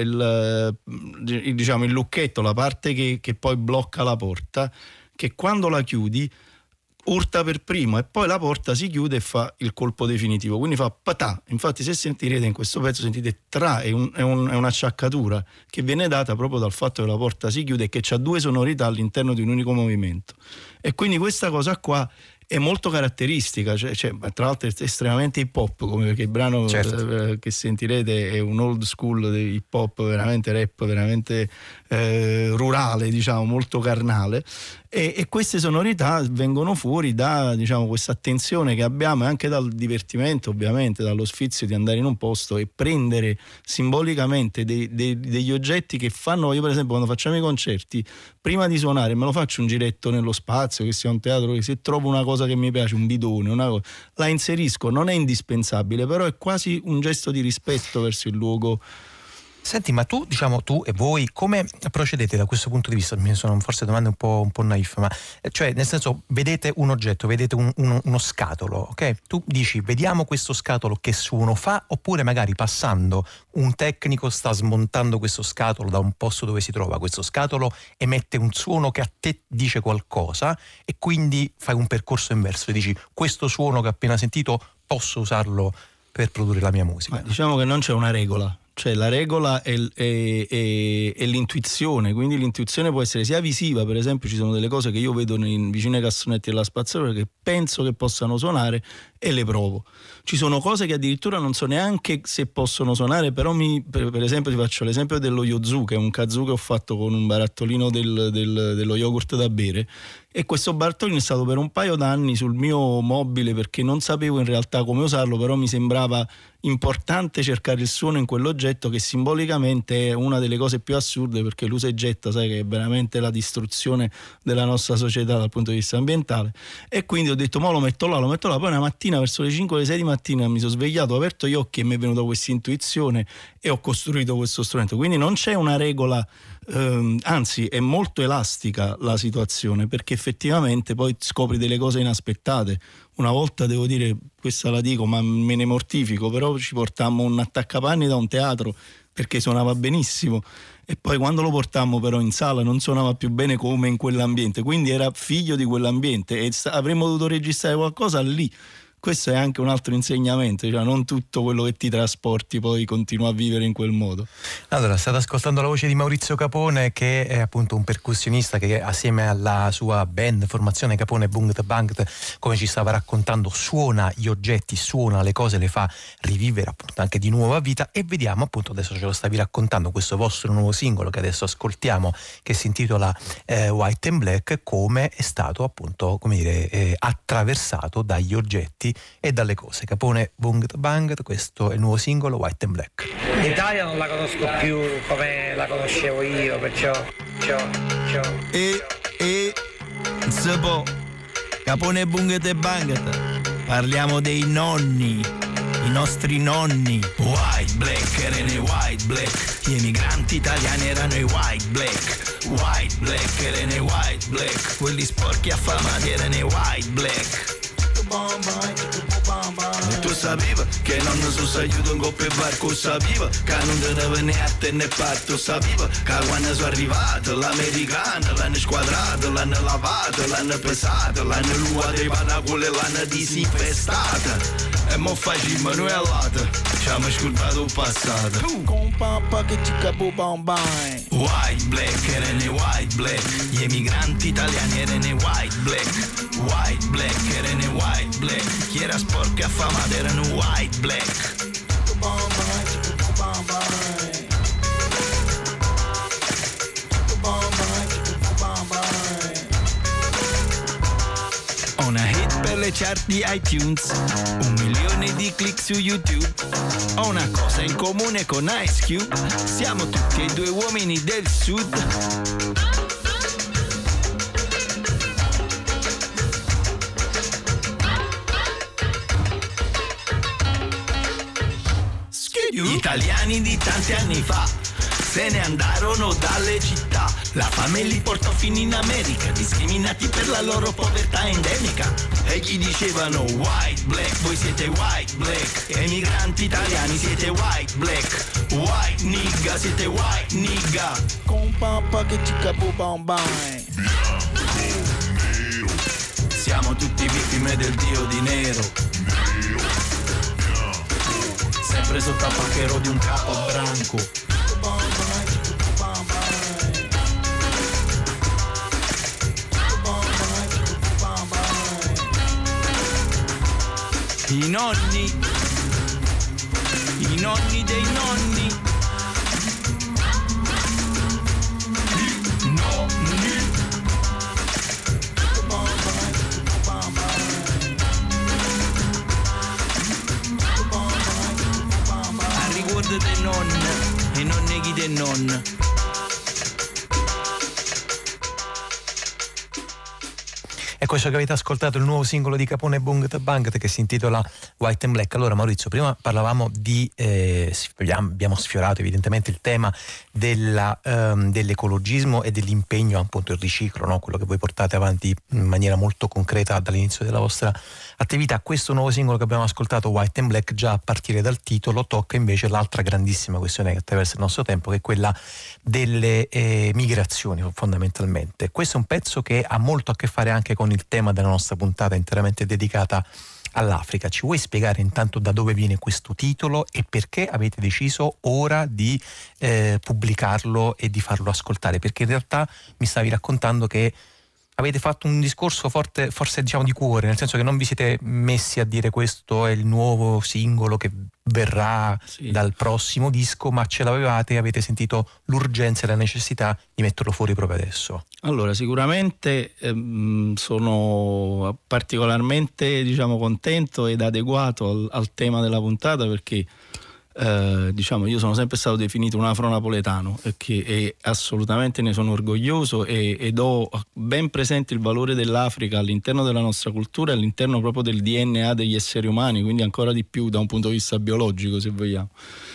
il lucchetto, la parte che poi blocca la porta, che quando la chiudi urta per primo e poi la porta si chiude e fa il colpo definitivo, quindi fa patà. Infatti se sentirete in questo pezzo sentite tra, è un'acciaccatura che viene data proprio dal fatto che la porta si chiude e che c'ha due sonorità all'interno di un unico movimento, e quindi questa cosa qua è molto caratteristica, cioè, tra l'altro è estremamente hip hop, come perché il brano, certo, che sentirete è un old school di hip hop, veramente rap, veramente rurale, diciamo, molto carnale, e queste sonorità vengono fuori da, diciamo, questa attenzione che abbiamo, e anche dal divertimento, ovviamente dallo sfizio di andare in un posto e prendere simbolicamente degli oggetti che fanno. Io per esempio quando facciamo i concerti, prima di suonare me lo faccio un giretto nello spazio, che sia un teatro, che se trovo una cosa che mi piace, un bidone, una cosa, la inserisco, non è indispensabile, però è quasi un gesto di rispetto verso il luogo. Senti, ma tu e voi come procedete da questo punto di vista? Mi sono forse domande un po' naif, ma cioè nel senso, vedete un oggetto, vedete uno scatolo, ok? Tu dici vediamo questo scatolo che suono fa, oppure magari passando un tecnico sta smontando questo scatolo da un posto dove si trova questo scatolo, emette un suono che a te dice qualcosa, e quindi fai un percorso inverso e dici questo suono che ho appena sentito posso usarlo per produrre la mia musica. Ma diciamo che non c'è una regola. cioè la regola è l'intuizione, quindi l'intuizione può essere sia visiva, per esempio ci sono delle cose che io vedo vicino ai cassonetti della spazzatura che penso che possano suonare e le provo. Ci sono cose che addirittura non so neanche se possono suonare, però per esempio ti faccio l'esempio dello Yozu, che è un kazoo che ho fatto con un barattolino dello yogurt da bere, e questo barattolino è stato per un paio d'anni sul mio mobile perché non sapevo in realtà come usarlo, però mi sembrava importante cercare il suono in quell'oggetto che simbolicamente è una delle cose più assurde, perché l'usa e getta, sai, che è veramente la distruzione della nostra società dal punto di vista ambientale. E quindi ho detto, mo lo metto là. Poi una mattina verso le 5 o le 6 di mattina mi sono svegliato, ho aperto gli occhi e mi è venuta questa intuizione e ho costruito questo strumento. Quindi non c'è una regola, anzi è molto elastica la situazione, perché effettivamente poi scopri delle cose inaspettate. Una volta, devo dire, questa la dico ma me ne mortifico, però ci portammo un attaccapanni da un teatro perché suonava benissimo, e poi quando lo portammo però in sala non suonava più bene come in quell'ambiente, quindi era figlio di quell'ambiente e avremmo dovuto registrare qualcosa lì. Questo è anche un altro insegnamento, cioè non tutto quello che ti trasporti poi continua a vivere in quel modo. Allora, state ascoltando la voce di Maurizio Capone, che è appunto un percussionista che assieme alla sua band, formazione Capone Bungt Bangt, come ci stava raccontando, suona gli oggetti, suona le cose, le fa rivivere appunto anche di nuova vita. E vediamo appunto, adesso ce lo stavi raccontando, questo vostro nuovo singolo che adesso ascoltiamo, che si intitola White and Black, come è stato appunto, come dire, attraversato dagli oggetti e dalle cose. Capone Bungt Bangt, questo è il nuovo singolo White and Black. L'Italia non la conosco più come la conoscevo io, perciò se può Capone Bungt Bangt, parliamo dei nonni, i nostri nonni. White black, erano i white black, gli emigranti italiani erano i white black. White black, erano i white black, quelli sporchi affamati erano i white black. E tu sapevi che non so se aiuto in coppia e barco, sapevi che non te ne venne a te ne parto, sapevi che quando sono arrivato l'americano l'hanno squadrato, l'hanno lavato, l'hanno pesato, l'hanno rubato i panacoli e l'hanno disinfestata. E mo facciamo noi all'altro, ci hanno scordato il passato. Con papà che ci capo bambai. White black, erano i white black, gli emigranti italiani erano i white black. White black, erano i white black, chi era sporco e affamato erano white black. Ho una hit per le chart di iTunes, 1 milione di click su YouTube. Ho una cosa in comune con Ice Cube, siamo tutti e due uomini del sud. Gli italiani di tanti anni fa se ne andarono dalle città, la fame li portò fino in America, discriminati per la loro povertà endemica. E gli dicevano white black, voi siete white black, emigranti italiani siete white black, white nigga siete white nigga. Con papà che ci capo bambai. Siamo tutti vittime del dio di nero, sempre sotto al panchero di un capo branco. I nonni dei nonni. Dei nonni e non neghi dei nonni. E questo che avete ascoltato è il nuovo singolo di Capone Bungt Bangt che si intitola White and Black. Allora Maurizio, prima parlavamo di abbiamo sfiorato evidentemente il tema dell'ecologismo e dell'impegno, appunto il riciclo, no? Quello che voi portate avanti in maniera molto concreta dall'inizio della vostra attività. Questo nuovo singolo che abbiamo ascoltato, White and Black, già a partire dal titolo tocca invece l'altra grandissima questione che attraversa il nostro tempo, che è quella delle migrazioni fondamentalmente. Questo è un pezzo che ha molto a che fare anche con il tema della nostra puntata interamente dedicata all'Africa. Ci vuoi spiegare intanto da dove viene questo titolo e perché avete deciso ora di pubblicarlo e di farlo ascoltare? Perché in realtà mi stavi raccontando che avete fatto un discorso forse diciamo di cuore, nel senso che non vi siete messi a dire questo è il nuovo singolo che verrà dal prossimo disco, ma ce l'avevate e avete sentito l'urgenza e la necessità di metterlo fuori proprio adesso. Allora, sicuramente sono particolarmente, diciamo, contento ed adeguato al tema della puntata, perché diciamo, io sono sempre stato definito un afro-napoletano e assolutamente ne sono orgoglioso ed ho ben presente il valore dell'Africa all'interno della nostra cultura e all'interno proprio del DNA degli esseri umani, quindi ancora di più da un punto di vista biologico, se vogliamo.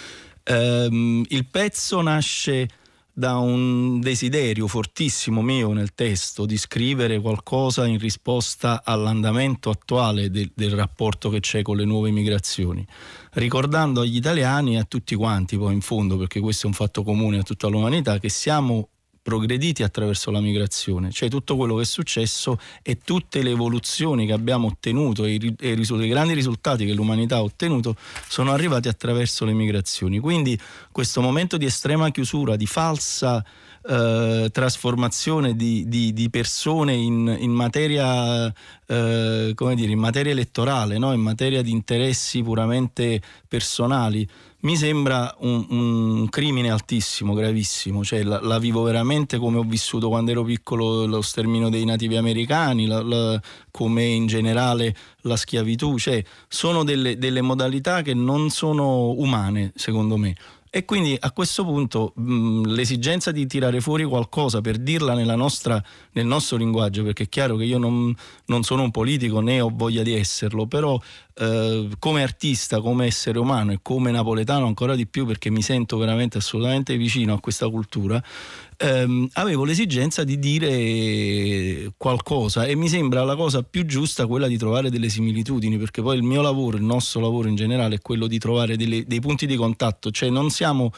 Il pezzo nasce da un desiderio fortissimo mio nel testo di scrivere qualcosa in risposta all'andamento attuale del rapporto che c'è con le nuove migrazioni, ricordando agli italiani e a tutti quanti poi in fondo, perché questo è un fatto comune a tutta l'umanità, che siamo progrediti attraverso la migrazione, cioè tutto quello che è successo e tutte le evoluzioni che abbiamo ottenuto e i grandi risultati che l'umanità ha ottenuto sono arrivati attraverso le migrazioni. Quindi questo momento di estrema chiusura, di falsa trasformazione di persone in materia come dire, in materia elettorale, no? In materia di interessi puramente personali, mi sembra un crimine altissimo, gravissimo. Cioè la vivo veramente come ho vissuto quando ero piccolo lo sterminio dei nativi americani, come in generale la schiavitù. Cioè sono delle modalità che non sono umane, secondo me. E quindi a questo punto l'esigenza di tirare fuori qualcosa per dirla nel nostro linguaggio, perché è chiaro che io non sono un politico né ho voglia di esserlo, però come artista, come essere umano e come napoletano ancora di più, perché mi sento veramente assolutamente vicino a questa cultura, avevo l'esigenza di dire qualcosa e mi sembra la cosa più giusta quella di trovare delle similitudini, perché poi il mio lavoro, il nostro lavoro in generale è quello di trovare dei punti di contatto, cioè non siamo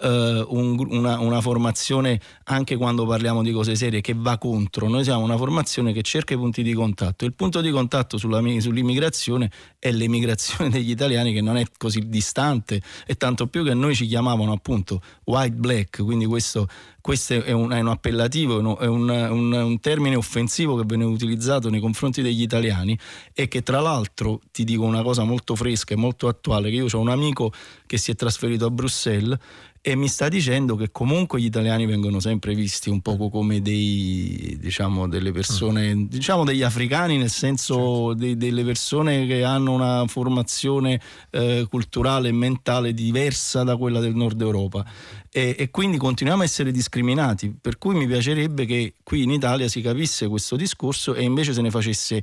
una formazione, anche quando parliamo di cose serie, che va contro. Noi siamo una formazione che cerca i punti di contatto. Il punto di contatto sull'immigrazione è l'emigrazione degli italiani, che non è così distante, e tanto più che noi ci chiamavano appunto white black, quindi questo è un appellativo, è un termine offensivo che viene utilizzato nei confronti degli italiani, e che tra l'altro, ti dico una cosa molto fresca e molto attuale, che io ho un amico che si è trasferito a Bruxelles e mi sta dicendo che comunque gli italiani vengono sempre visti un poco come delle persone, degli africani, nel senso delle persone che hanno una formazione culturale e mentale diversa da quella del Nord Europa. E quindi continuiamo a essere discriminati, per cui mi piacerebbe che qui in Italia si capisse questo discorso e invece se ne facesse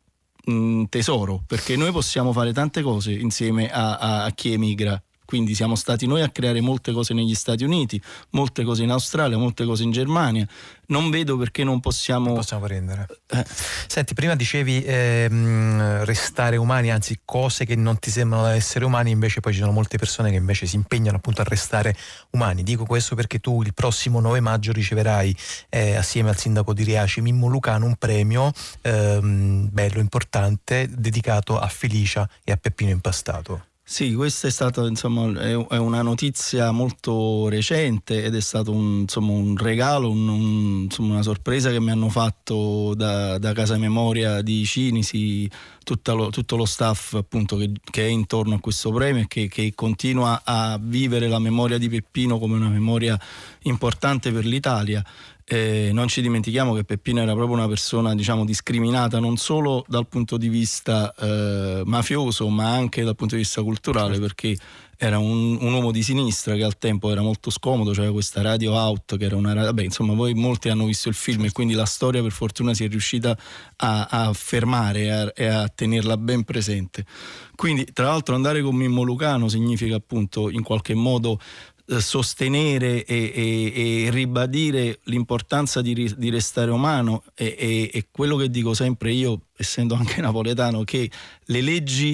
tesoro, perché noi possiamo fare tante cose insieme a chi emigra. Quindi siamo stati noi a creare molte cose negli Stati Uniti, molte cose in Australia, molte cose in Germania. Non vedo perché non possiamo prendere. Senti, prima dicevi restare umani, anzi cose che non ti sembrano essere umani, invece poi ci sono molte persone che invece si impegnano appunto a restare umani. Dico questo perché tu il prossimo 9 maggio riceverai assieme al sindaco di Riace, Mimmo Lucano, un premio bello, importante, dedicato a Felicia e a Peppino Impastato. Sì, questa è stata è una notizia molto recente ed è stato un regalo, una sorpresa che mi hanno fatto da Casa Memoria di Cinisi, tutto lo staff appunto che è intorno a questo premio e che continua a vivere la memoria di Peppino come una memoria importante per l'Italia. Non ci dimentichiamo che Peppino era proprio una persona, discriminata non solo dal punto di vista mafioso, ma anche dal punto di vista culturale, perché era un uomo di sinistra che al tempo era molto scomodo, c'era questa Radio Out che era una voi molti hanno visto il film e quindi la storia per fortuna si è riuscita a fermare e a tenerla ben presente. Quindi tra l'altro andare con Mimmo Lucano significa appunto in qualche modo sostenere e ribadire l'importanza di restare umano e quello che dico sempre io, essendo anche napoletano, che le leggi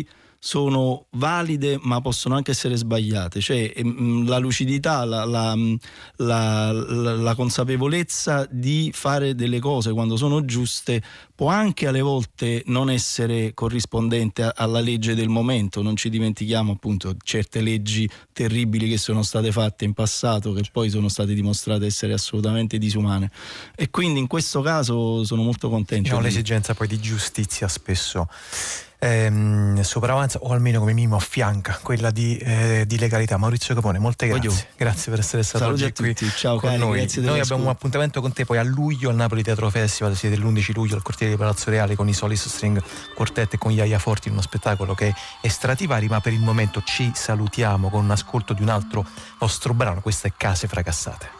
sono valide ma possono anche essere sbagliate, cioè la lucidità, la consapevolezza di fare delle cose quando sono giuste può anche alle volte non essere corrispondente alla legge del momento. Non ci dimentichiamo appunto certe leggi terribili che sono state fatte in passato, che poi sono state dimostrate essere assolutamente disumane, e quindi in questo caso sono molto contento. L'esigenza poi di giustizia spesso sopravanza, o almeno come minimo affianca quella di legalità. Maurizio Capone, molte grazie per essere stato oggi qui. Ciao con cari, noi. Noi abbiamo un appuntamento con te poi a luglio al Napoli Teatro Festival, siete l'11 luglio al cortile di Palazzo Reale con i Solis String Quartet e con Iaia Forti, in uno spettacolo che è Strativari, ma per il momento ci salutiamo con un ascolto di un altro vostro brano. Questo è Case Fracassate.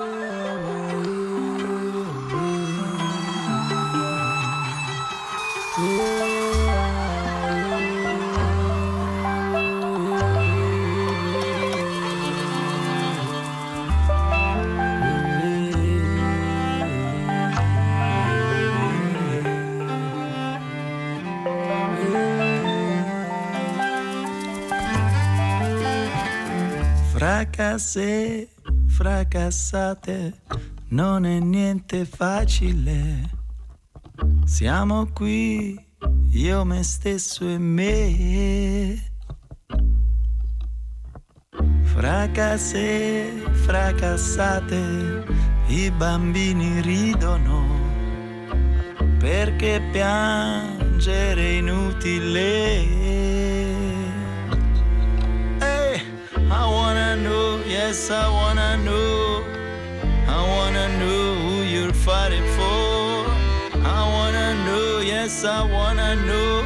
Case fracassate, non è niente facile. Siamo qui, io, me stesso e me. Case fracassate, i bambini ridono, perché piangere è inutile. I wanna know, yes I wanna know who you're fighting for. I wanna know, yes I wanna know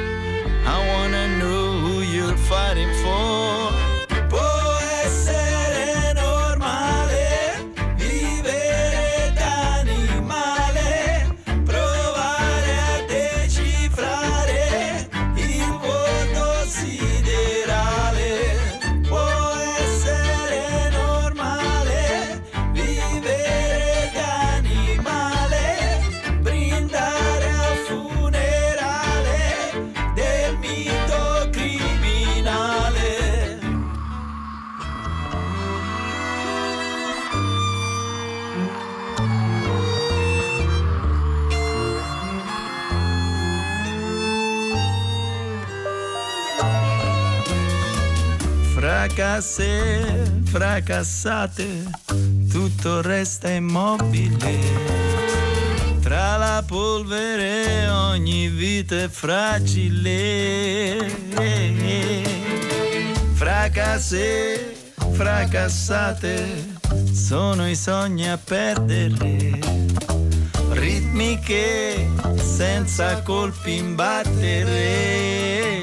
who you're fighting for. Può essere normale vivere d'animale, provare a decifrare il vuoto siderale. Case fracassate, tutto resta immobile. Tra la polvere ogni vita è fragile. Case fracassate, sono i sogni a perdere. Ritmi che senza colpi imbattere.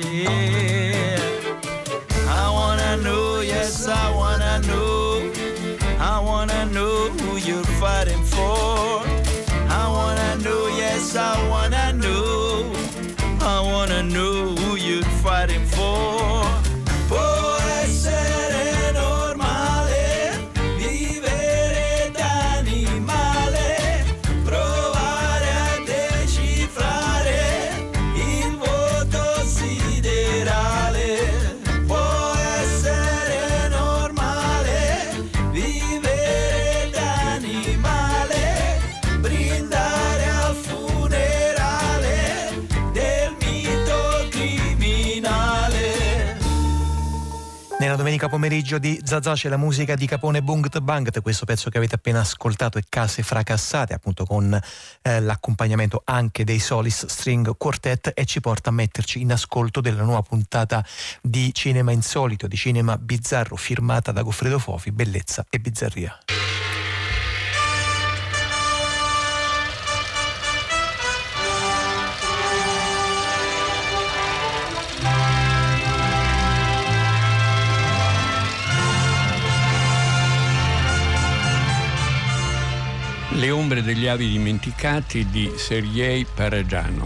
Yes, I wanna know who you're fighting for. I wanna know, yes, I wanna know who you're fighting for. Può essere normale vivere d'animale, provare a decifrare il vuoto siderale. Nella domenica pomeriggio di Zazà c'è la musica di Capone Bungt Bangt. Questo pezzo che avete appena ascoltato è Case Fracassate, appunto con l'accompagnamento anche dei Solis String Quartet, e ci porta a metterci in ascolto della nuova puntata di Cinema Insolito, di Cinema Bizzarro, firmata da Goffredo Fofi, Bellezza e Bizzarria. Le ombre degli avi dimenticati di Sergej Parajanov.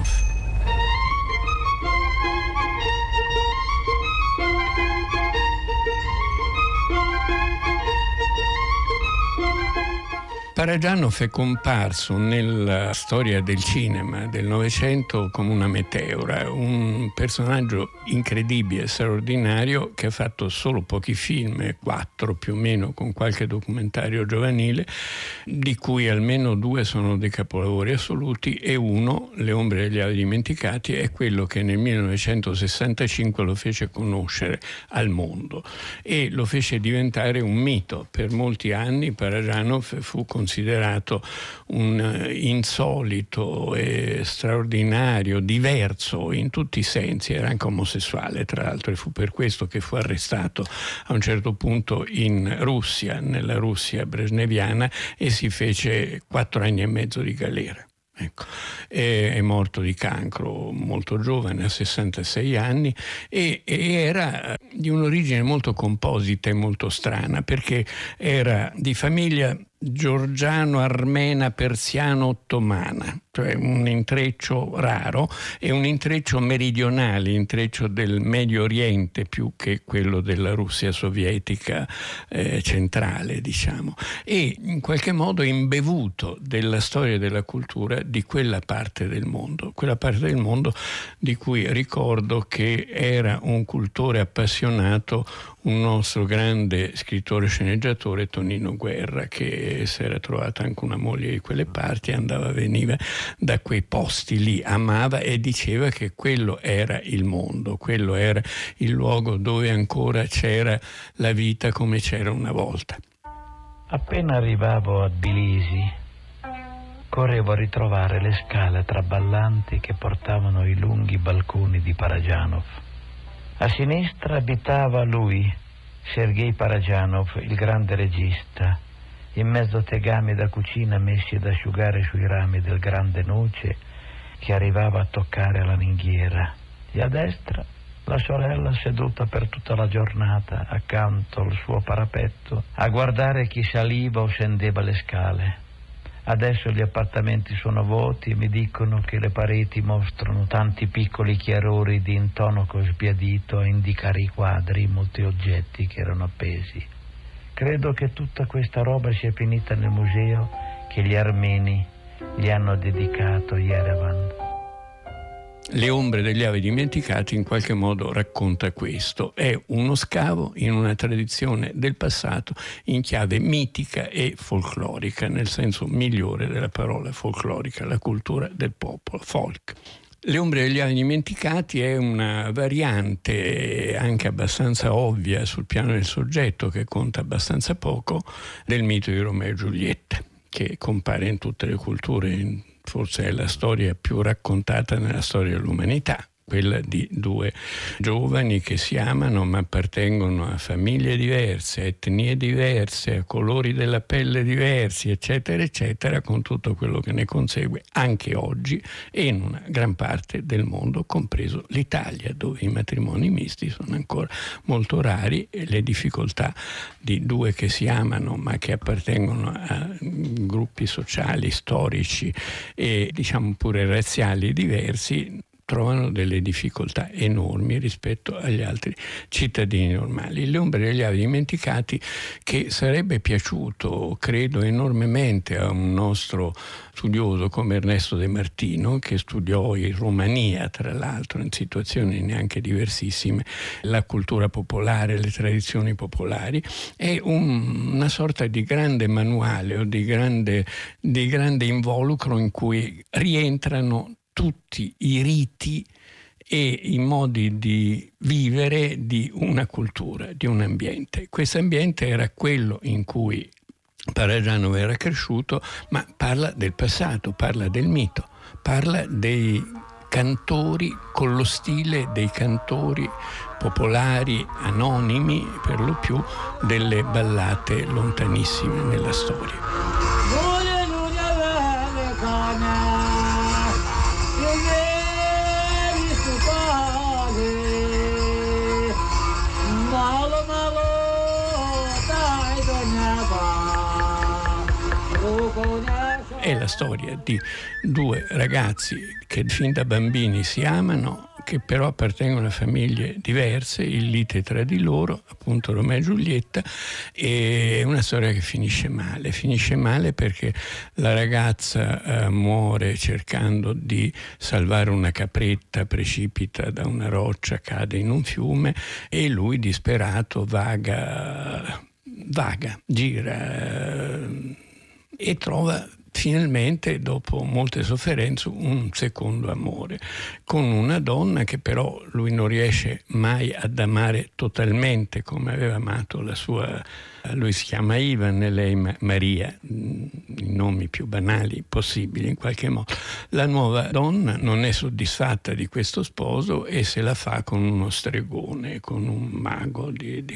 Parajanov è comparso nella storia del cinema del Novecento come una meteora, un personaggio incredibile, straordinario, che ha fatto solo pochi film, 4 più o meno, con qualche documentario giovanile, di cui almeno 2 sono dei capolavori assoluti, e uno, Le ombre degli avi dimenticati, è quello che nel 1965 lo fece conoscere al mondo e lo fece diventare un mito. Per molti anni Parajanov fu considerato un insolito e straordinario, diverso in tutti i sensi, era anche omosessuale tra l'altro, e fu per questo che fu arrestato a un certo punto in Russia, nella Russia brezhneviana, e si fece 4 anni e mezzo di galera. Ecco. È morto di cancro molto giovane, a 66 anni, e era di un'origine molto composita e molto strana, perché era di famiglia georgiano-armena-persiano-ottomana, cioè un intreccio raro, e un intreccio meridionale, intreccio del Medio Oriente più che quello della Russia sovietica centrale, diciamo, e in qualche modo imbevuto della storia e della cultura di quella parte del mondo di cui ricordo che era un cultore appassionato un nostro grande scrittore sceneggiatore, Tonino Guerra, che si era trovata anche una moglie di quelle parti, andava, veniva da quei posti lì, amava e diceva che quello era il mondo, quello era il luogo dove ancora c'era la vita come c'era una volta. Appena arrivavo a Tbilisi, correvo a ritrovare le scale traballanti che portavano i lunghi balconi di Parajanov. A sinistra abitava lui, Sergei Parajanov, il grande regista, in mezzo a tegami da cucina messi ad asciugare sui rami del grande noce che arrivava a toccare la ringhiera. E a destra la sorella seduta per tutta la giornata accanto al suo parapetto a guardare chi saliva o scendeva le scale. Adesso gli appartamenti sono vuoti e mi dicono che le pareti mostrano tanti piccoli chiarori di intonaco sbiadito a indicare i quadri, i molti oggetti che erano appesi. Credo che tutta questa roba sia finita nel museo che gli armeni gli hanno dedicato a Yerevan. Le ombre degli avi dimenticati in qualche modo racconta questo. È uno scavo in una tradizione del passato in chiave mitica e folclorica, nel senso migliore della parola folclorica, la cultura del popolo, folk. Le ombre degli avi dimenticati è una variante anche abbastanza ovvia sul piano del soggetto, che conta abbastanza poco, del mito di Romeo e Giulietta, che compare in tutte le culture. Forse è la storia più raccontata nella storia dell'umanità, quella di 2 giovani che si amano ma appartengono a famiglie diverse, a etnie diverse, a colori della pelle diversi, eccetera, eccetera, con tutto quello che ne consegue anche oggi e in una gran parte del mondo, compreso l'Italia, dove i matrimoni misti sono ancora molto rari e le difficoltà di 2 che si amano ma che appartengono a gruppi sociali, storici e diciamo pure razziali diversi trovano delle difficoltà enormi rispetto agli altri cittadini normali. Le ombre degli avi dimenticati, che sarebbe piaciuto, credo, enormemente a un nostro studioso come Ernesto De Martino, che studiò in Romania, tra l'altro, in situazioni neanche diversissime, la cultura popolare, le tradizioni popolari, è una sorta di grande manuale o di grande involucro in cui rientrano tutti i riti e i modi di vivere di una cultura, di un ambiente. Questo ambiente era quello in cui Parajanov era cresciuto, ma parla del passato, parla del mito, parla dei cantori con lo stile dei cantori popolari anonimi, per lo più, delle ballate lontanissime nella storia. È la storia di 2 ragazzi che fin da bambini si amano, che però appartengono a famiglie diverse, il lite tra di loro, appunto Romeo e Giulietta, e una storia che finisce male perché la ragazza muore cercando di salvare una capretta, precipita da una roccia, cade in un fiume e lui disperato gira e trova finalmente, dopo molte sofferenze, un secondo amore con una donna che però lui non riesce mai ad amare totalmente come aveva amato la sua. Lui si chiama Ivan e lei Maria, i nomi più banali possibili in qualche modo. La nuova donna non è soddisfatta di questo sposo e se la fa con uno stregone, con un mago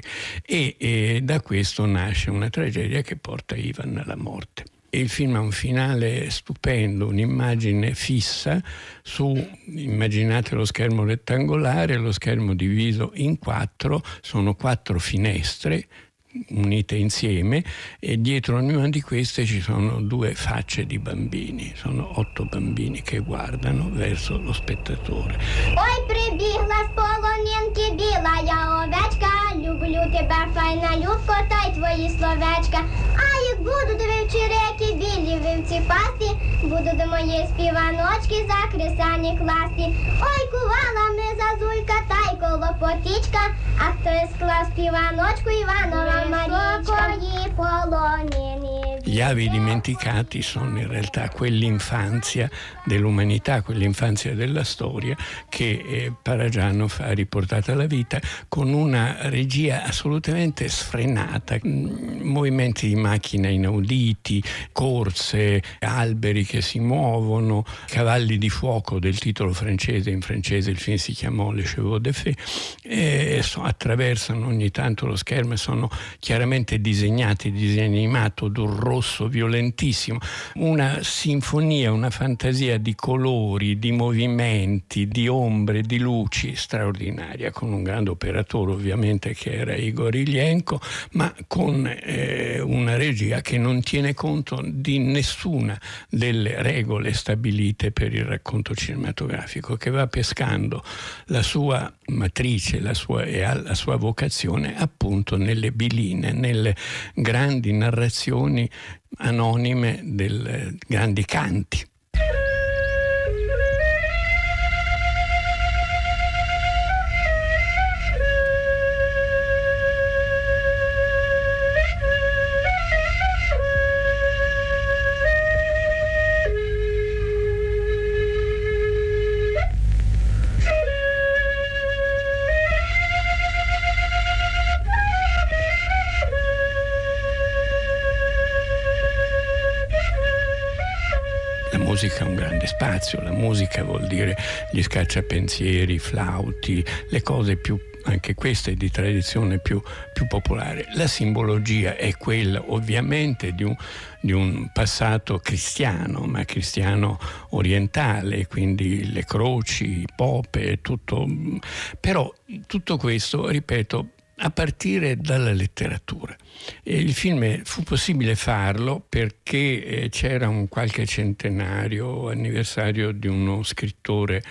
e da questo nasce una tragedia che porta Ivan alla morte. Il film ha un finale stupendo, un'immagine fissa immaginate lo schermo rettangolare, lo schermo diviso in 4, sono 4 finestre unite insieme e dietro ognuna di queste ci sono 2 facce di bambini, sono 8 bambini che guardano verso lo spettatore. Ой, прибігла з полонинки біла я овечка, люблю тебе, файна любко, та й твої словечка. А як буду до вівчі білі вівці пасти, буду до моєї співаночки за кресані класти. Ой, кувала ми зазулька, та й колопотічка, а хто із клас співаночку Іванова Марічка. Gli avi dimenticati sono in realtà quell'infanzia dell'umanità, quell'infanzia della storia che Parajanov ha riportato alla vita con una regia assolutamente sfrenata, movimenti di macchina inauditi, corse, alberi che si muovono, cavalli di fuoco del titolo francese, in francese il film si chiamò Les Chevaux de Fée, attraversano ogni tanto lo schermo e sono chiaramente disegnati, disegno animato d'un rosso violentissimo, una sinfonia, una fantasia di colori, di movimenti, di ombre, di luci straordinaria, con un grande operatore ovviamente che era Igor Ilyenko, ma con una regia che non tiene conto di nessuna delle regole stabilite per il racconto cinematografico, che va pescando la sua matrice, la sua vocazione appunto nelle biline, nelle grandi narrazioni anonime dei grandi canti. La musica ha un grande spazio, la musica vuol dire gli scacciapensieri, i flauti, le cose più, anche queste di tradizione più popolare. La simbologia è quella ovviamente di un passato cristiano, ma cristiano orientale, quindi le croci, pope, tutto. Però tutto questo, ripeto, a partire dalla letteratura. Il film fu possibile farlo perché c'era un qualche centenario anniversario di uno scrittore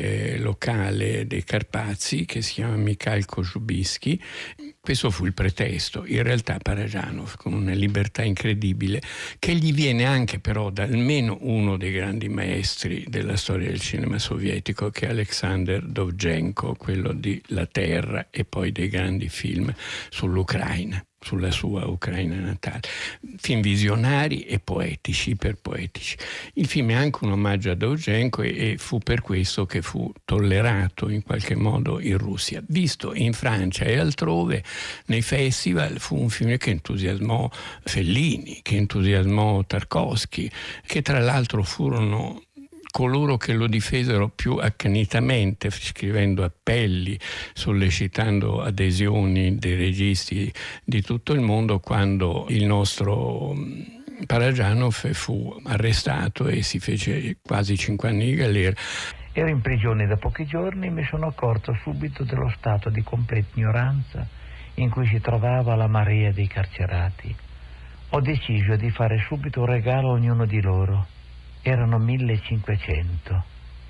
locale dei Carpazi che si chiama Mikhail Kožubiskij. Questo fu il pretesto. In realtà Parajanov, con una libertà incredibile, che gli viene anche però da almeno uno dei grandi maestri della storia del cinema sovietico, che è Alexander Dovzhenko, quello di La Terra e poi dei grandi film sull'Ucraina, sulla sua Ucraina natale. Film visionari e poetici, iperpoetici. Il film è anche un omaggio a Dovzhenko e fu per questo che fu tollerato in qualche modo in Russia. Visto in Francia e altrove, nei festival, fu un film che entusiasmò Fellini, che entusiasmò Tarkovsky, che tra l'altro furono coloro che lo difesero più accanitamente, scrivendo appelli, sollecitando adesioni dei registi di tutto il mondo, quando il nostro Parajanov fu arrestato e si fece quasi 5 anni di galera. Ero in prigione da pochi giorni e mi sono accorto subito dello stato di completa ignoranza in cui si trovava la marea dei carcerati. Ho deciso di fare subito un regalo a ognuno di loro. Erano 1500.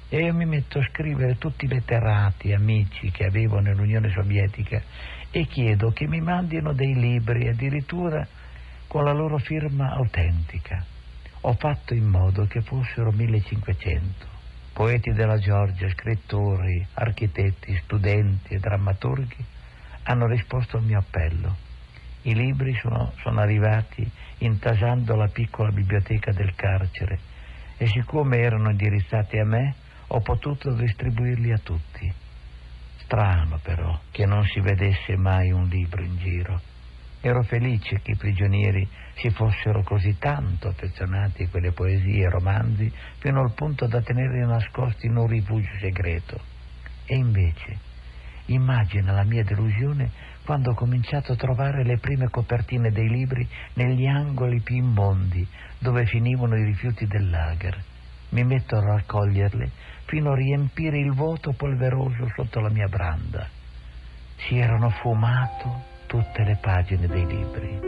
e io mi metto a scrivere tutti i letterati, amici che avevo nell'Unione Sovietica, e chiedo che mi mandino dei libri, addirittura con la loro firma autentica. Ho fatto in modo che fossero 1500. Poeti della Georgia, scrittori, architetti, studenti e drammaturghi hanno risposto al mio appello. I libri sono arrivati intasando la piccola biblioteca del carcere e siccome erano indirizzati a me ho potuto distribuirli a tutti. Strano però che non si vedesse mai un libro in giro. Ero felice che i prigionieri si fossero così tanto affezionati a quelle poesie e romanzi fino al punto da tenerli nascosti in un rifugio segreto. E invece, immagina la mia delusione quando ho cominciato a trovare le prime copertine dei libri negli angoli più immondi dove finivano i rifiuti del lager. Mi metto a raccoglierle fino a riempire il vuoto polveroso sotto la mia branda. Si erano fumato tutte le pagine dei libri.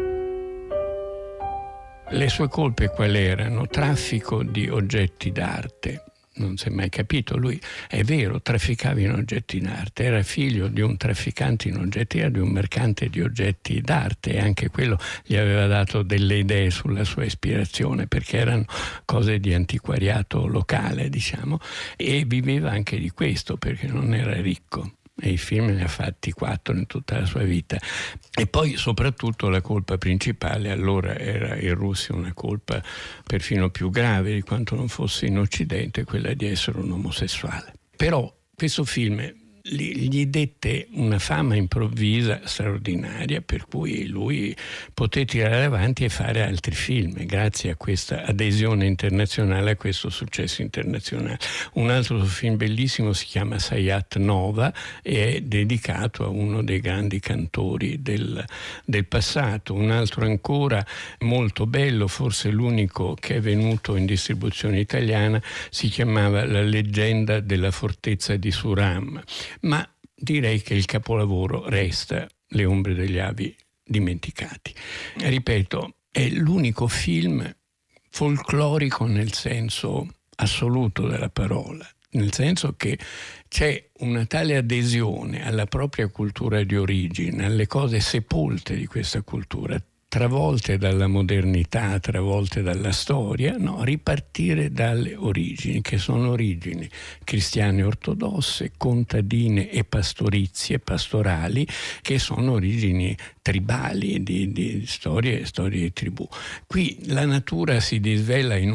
Le sue colpe quali erano? Traffico di oggetti d'arte. Non si è mai capito, lui è vero, trafficava in oggetti d'arte, era figlio di un trafficante in oggetti, era di un mercante di oggetti d'arte e anche quello gli aveva dato delle idee sulla sua ispirazione perché erano cose di antiquariato locale, diciamo, e viveva anche di questo perché non era ricco. E i film ne ha fatti 4 in tutta la sua vita. E poi soprattutto la colpa principale allora era in Russia una colpa perfino più grave di quanto non fosse in Occidente, quella di essere un omosessuale. Però questo film gli dette una fama improvvisa straordinaria, per cui lui poté tirare avanti e fare altri film grazie a questa adesione internazionale, a questo successo internazionale. Un altro film bellissimo si chiama Sayat Nova e è dedicato a uno dei grandi cantori del passato. Un altro ancora molto bello, forse l'unico che è venuto in distribuzione italiana, si chiamava La leggenda della fortezza di Suram. Ma direi che il capolavoro resta Le ombre degli avi dimenticati. Ripeto, è l'unico film folclorico nel senso assoluto della parola, nel senso che c'è una tale adesione alla propria cultura di origine, alle cose sepolte di questa cultura, travolte dalla modernità, travolte dalla storia, no, ripartire dalle origini, che sono origini cristiane ortodosse, contadine e pastorizie, pastorali, che sono origini tribali, di storie di tribù. Qui la natura si disvela in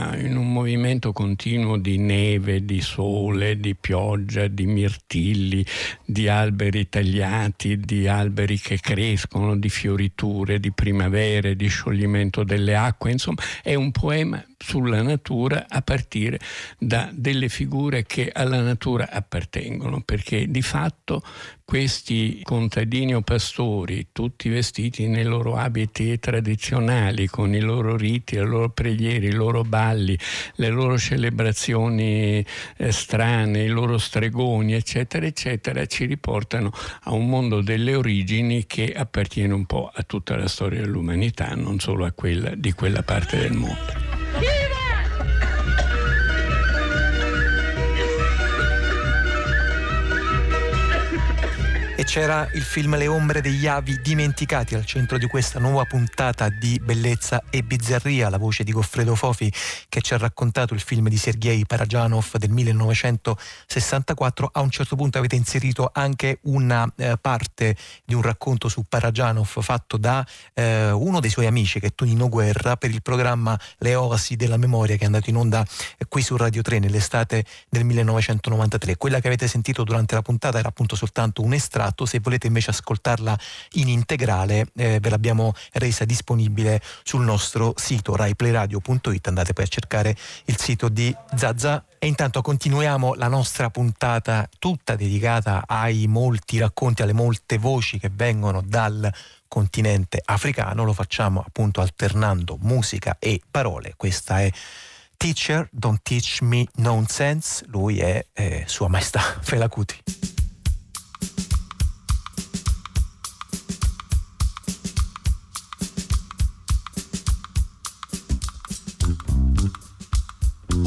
un movimento continuo di neve, di sole, di pioggia, di mirtilli, di alberi tagliati, di alberi che crescono, di fioriture, di primavere, di scioglimento delle acque. Insomma, è un poema sulla natura a partire da delle figure che alla natura appartengono, perché di fatto questi contadini o pastori, tutti vestiti nei loro abiti tradizionali, con i loro riti, le loro preghiere, i loro balli, le loro celebrazioni strane, i loro stregoni, eccetera, eccetera, ci riportano a un mondo delle origini che appartiene un po' a tutta la storia dell'umanità, non solo a quella di quella parte del mondo. E c'era il film Le ombre degli avi dimenticati al centro di questa nuova puntata di Bellezza e Bizzarria, la voce di Goffredo Fofi che ci ha raccontato il film di Sergei Parajanov del 1964. A un certo punto avete inserito anche una parte di un racconto su Parajanov fatto da uno dei suoi amici, che è Tonino Guerra, per il programma Le Oasi della Memoria, che è andato in onda qui su Radio 3 nell'estate del 1993. Quella che avete sentito durante la puntata era appunto soltanto un estratto. Se volete invece ascoltarla in integrale ve l'abbiamo resa disponibile sul nostro sito raiplayradio.it. Andate poi a cercare il sito di Zazà. E intanto continuiamo la nostra puntata tutta dedicata ai molti racconti, alle molte voci che vengono dal continente africano. Lo facciamo appunto alternando musica e parole. Questa è Teacher, Don't Teach Me Nonsense. Lui è Sua Maestà Fela Kuti.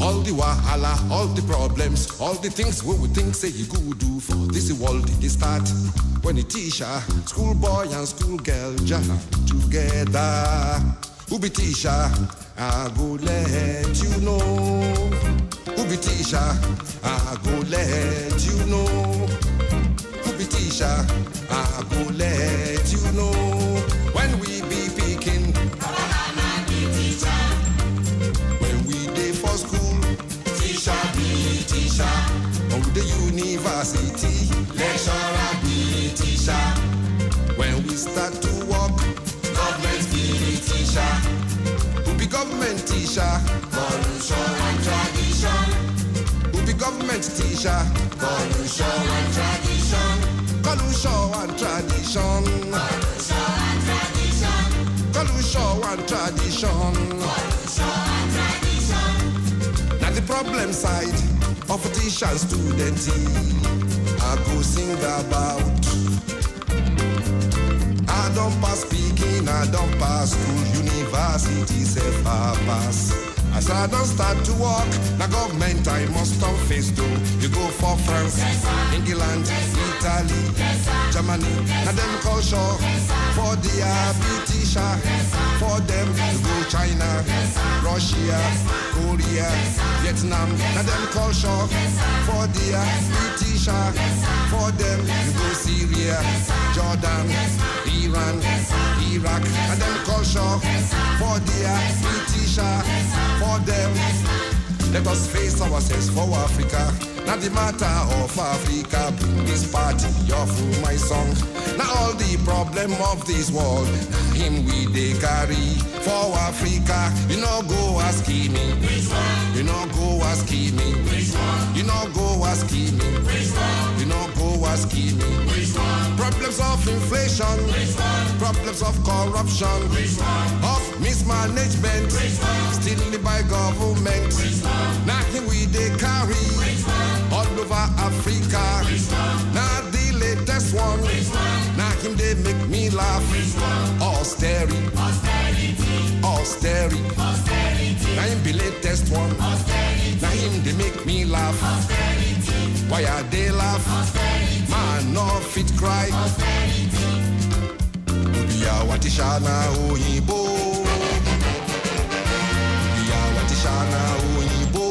All the wahala, all the problems, all the things we would think say you could do for this world they start. When the teacher, schoolboy and schoolgirl jam together. Who be teacher? I go let you know. Who be teacher? I go let you know. Who be teacher? I go let you know. When we be picking, Baba be teacher. When we day for school, teacher be teacher. On the university, lecturer be teacher. When we start to walk, government be teacher. Who be government teacher? Culture and tradition. Who be government teacher? Culture and tradition. Culture and tradition. Culture and tradition. Culture and tradition. Culture and tradition. Now the problem side of teacher and student I go sing about. I don't pass speaking, I don't pass school, university, self I pass. As I don't start to walk, the government I must turn face to. You go for France, yes, England, yes, Italy, yes, Germany, yes, and them culture. Yes, for the teacher, yes, for them yes, you go China, yes, Russia, yes, Korea, yes, Vietnam, yes, and them culture. Yes, for the teacher, yes, for them yes, you go Syria, yes, Jordan, yes, Iran, yes, Iraq, and them culture. Yes, for the teacher. Yes, for them, let us face ourselves for Africa. Not the matter of Africa, bring this party off through my song. Now all the problem of this world, him we they carry for Africa. You know go ask me, you know go ask me, you know go ask me, you know go ask me. Problems of inflation, problems of corruption, of mismanagement, still by government. Now him we they carry all over Africa. Now the latest one. Now him they make me laugh. Austerity, austerity. Now him the latest one. Now him they make me laugh. Why are they laugh? Man no fit cry. Biya watishana oyibo. Biya watishana oyibo.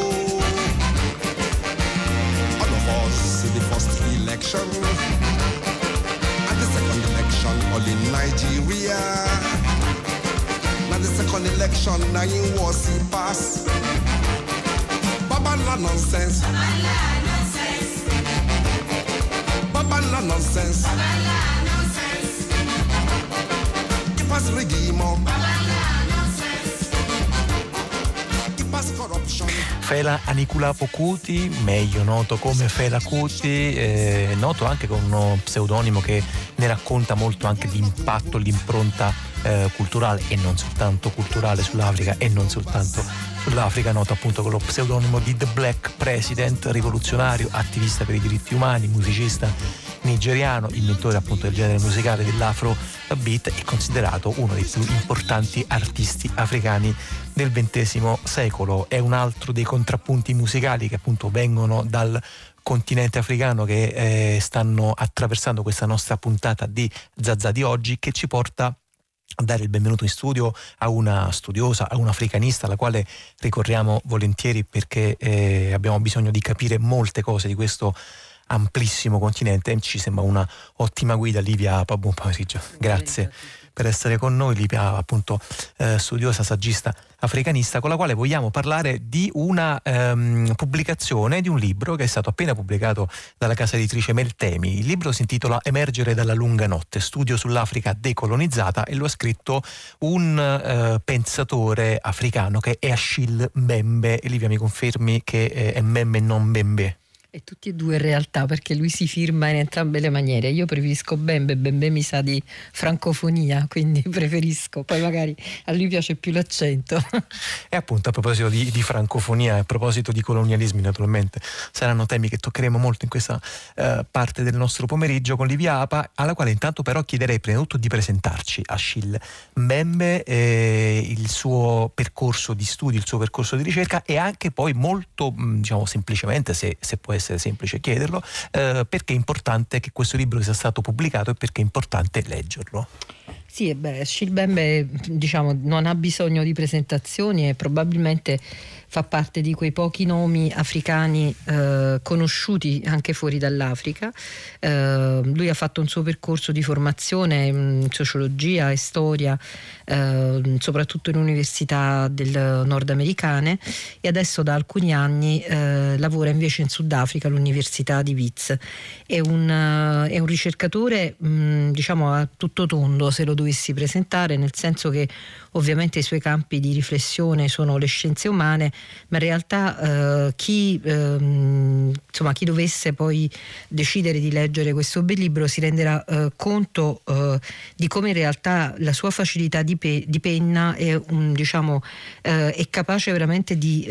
The first election and the second election all in Nigeria. Now the second election now in was he pass. Babala nonsense. Babala nonsense. Babala nonsense. Babala nonsense. It pass regimo. Babala nonsense. It pass corruption. Fela Anikulapo Kuti, meglio noto come Fela Kuti, noto anche con uno pseudonimo che ne racconta molto anche l'impatto, l'impronta culturale e non soltanto culturale sull'Africa e non soltanto sull'Africa, noto appunto con lo pseudonimo di The Black President, rivoluzionario, attivista per i diritti umani, musicista nigeriano, inventore appunto del genere musicale dell'Afrobeat e considerato uno dei più importanti artisti africani del XX secolo. È un altro dei contrappunti musicali che appunto vengono dal continente africano che stanno attraversando questa nostra puntata di Zazà di oggi, che ci porta a dare il benvenuto in studio a una studiosa, a un'africanista alla quale ricorriamo volentieri perché abbiamo bisogno di capire molte cose di questo amplissimo continente. Ci sembra una ottima guida Livia Pabon-Pariggio. Grazie per essere con noi, Livia, appunto studiosa, saggista africanista, con la quale vogliamo parlare di una pubblicazione di un libro che è stato appena pubblicato dalla casa editrice Meltemi. Il libro si intitola Emergere dalla lunga notte, studio sull'Africa decolonizzata, e lo ha scritto un pensatore africano che è Achille Mbembe. Livia, mi confermi che è Mbembe e non Mbembe? E tutti e due in realtà, perché lui si firma in entrambe le maniere. Io preferisco Bembe mi sa di francofonia, quindi preferisco, poi magari a lui piace più l'accento. E appunto, a proposito di francofonia, a proposito di colonialismi, naturalmente saranno temi che toccheremo molto in questa parte del nostro pomeriggio con Livia Apa, alla quale intanto però chiederei prima di tutto di presentarci Achille Mbembe, il suo percorso di studi, il suo percorso di ricerca, e anche poi molto, diciamo semplicemente, se può essere semplice chiederlo, perché è importante che questo libro sia stato pubblicato e perché è importante leggerlo. Sì, Achille Mbembe, diciamo, non ha bisogno di presentazioni e probabilmente fa parte di quei pochi nomi africani conosciuti anche fuori dall'Africa. Lui ha fatto un suo percorso di formazione in sociologia e storia, soprattutto in università nordamericane, e adesso da alcuni anni lavora invece in Sudafrica all'Università di Wits. È un ricercatore diciamo a tutto tondo, se lo dovessi presentare, nel senso che ovviamente i suoi campi di riflessione sono le scienze umane, ma in realtà chi dovesse poi decidere di leggere questo bel libro si renderà conto di come in realtà la sua facilità di penna è capace veramente di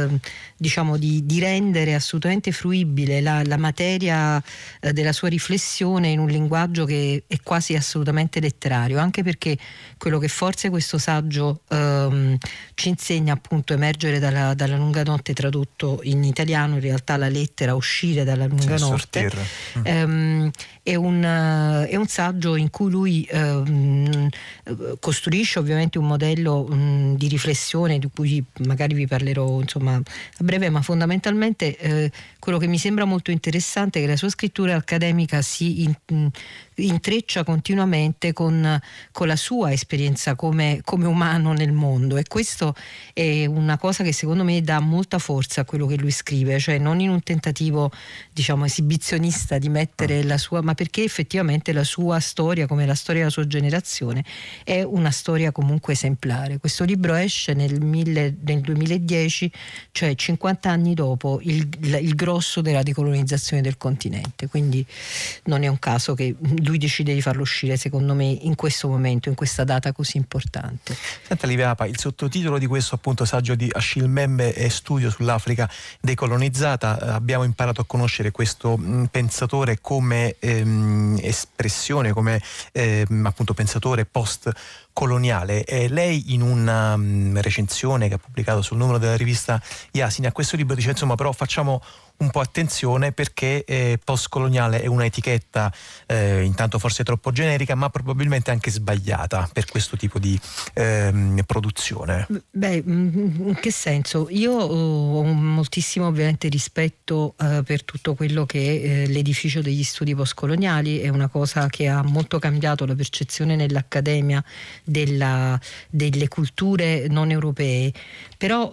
rendere assolutamente fruibile la materia della sua riflessione in un linguaggio che è quasi assolutamente letterario, anche perché quello che forse questo saggio ci insegna, appunto, emergere dalla lunga notte, tradotto in italiano, in realtà la lettera uscire dalla lunga notte, è un saggio in cui lui costruisce ovviamente un modello di riflessione di cui magari vi parlerò a breve, ma fondamentalmente quello che mi sembra molto interessante è che la sua scrittura accademica si intreccia continuamente con la sua esperienza come umano nel mondo, e questo è una cosa che secondo me dà molta forza a quello che lui scrive, cioè non in un tentativo esibizionista di mettere la sua, ma perché effettivamente la sua storia, come la storia della sua generazione, è una storia comunque esemplare. Questo libro esce nel 2010, cioè 50 anni dopo il grosso della decolonizzazione del continente, quindi non è un caso che lui decide di farlo uscire, secondo me, in questo momento, in questa data così importante. Senta Livia Apa, il sottotitolo di questo appunto saggio di Achille Mbembe è Studio sull'Africa decolonizzata. Abbiamo imparato a conoscere questo pensatore come espressione, come appunto pensatore post-coloniale. Lei in una recensione che ha pubblicato sul numero della rivista Yasin a questo libro dice però facciamo un po' attenzione perché postcoloniale è un'etichetta intanto forse troppo generica, ma probabilmente anche sbagliata per questo tipo di produzione. In che senso? Io ho moltissimo ovviamente rispetto per tutto quello che è l'edificio degli studi postcoloniali, è una cosa che ha molto cambiato la percezione nell'accademia delle culture non europee, però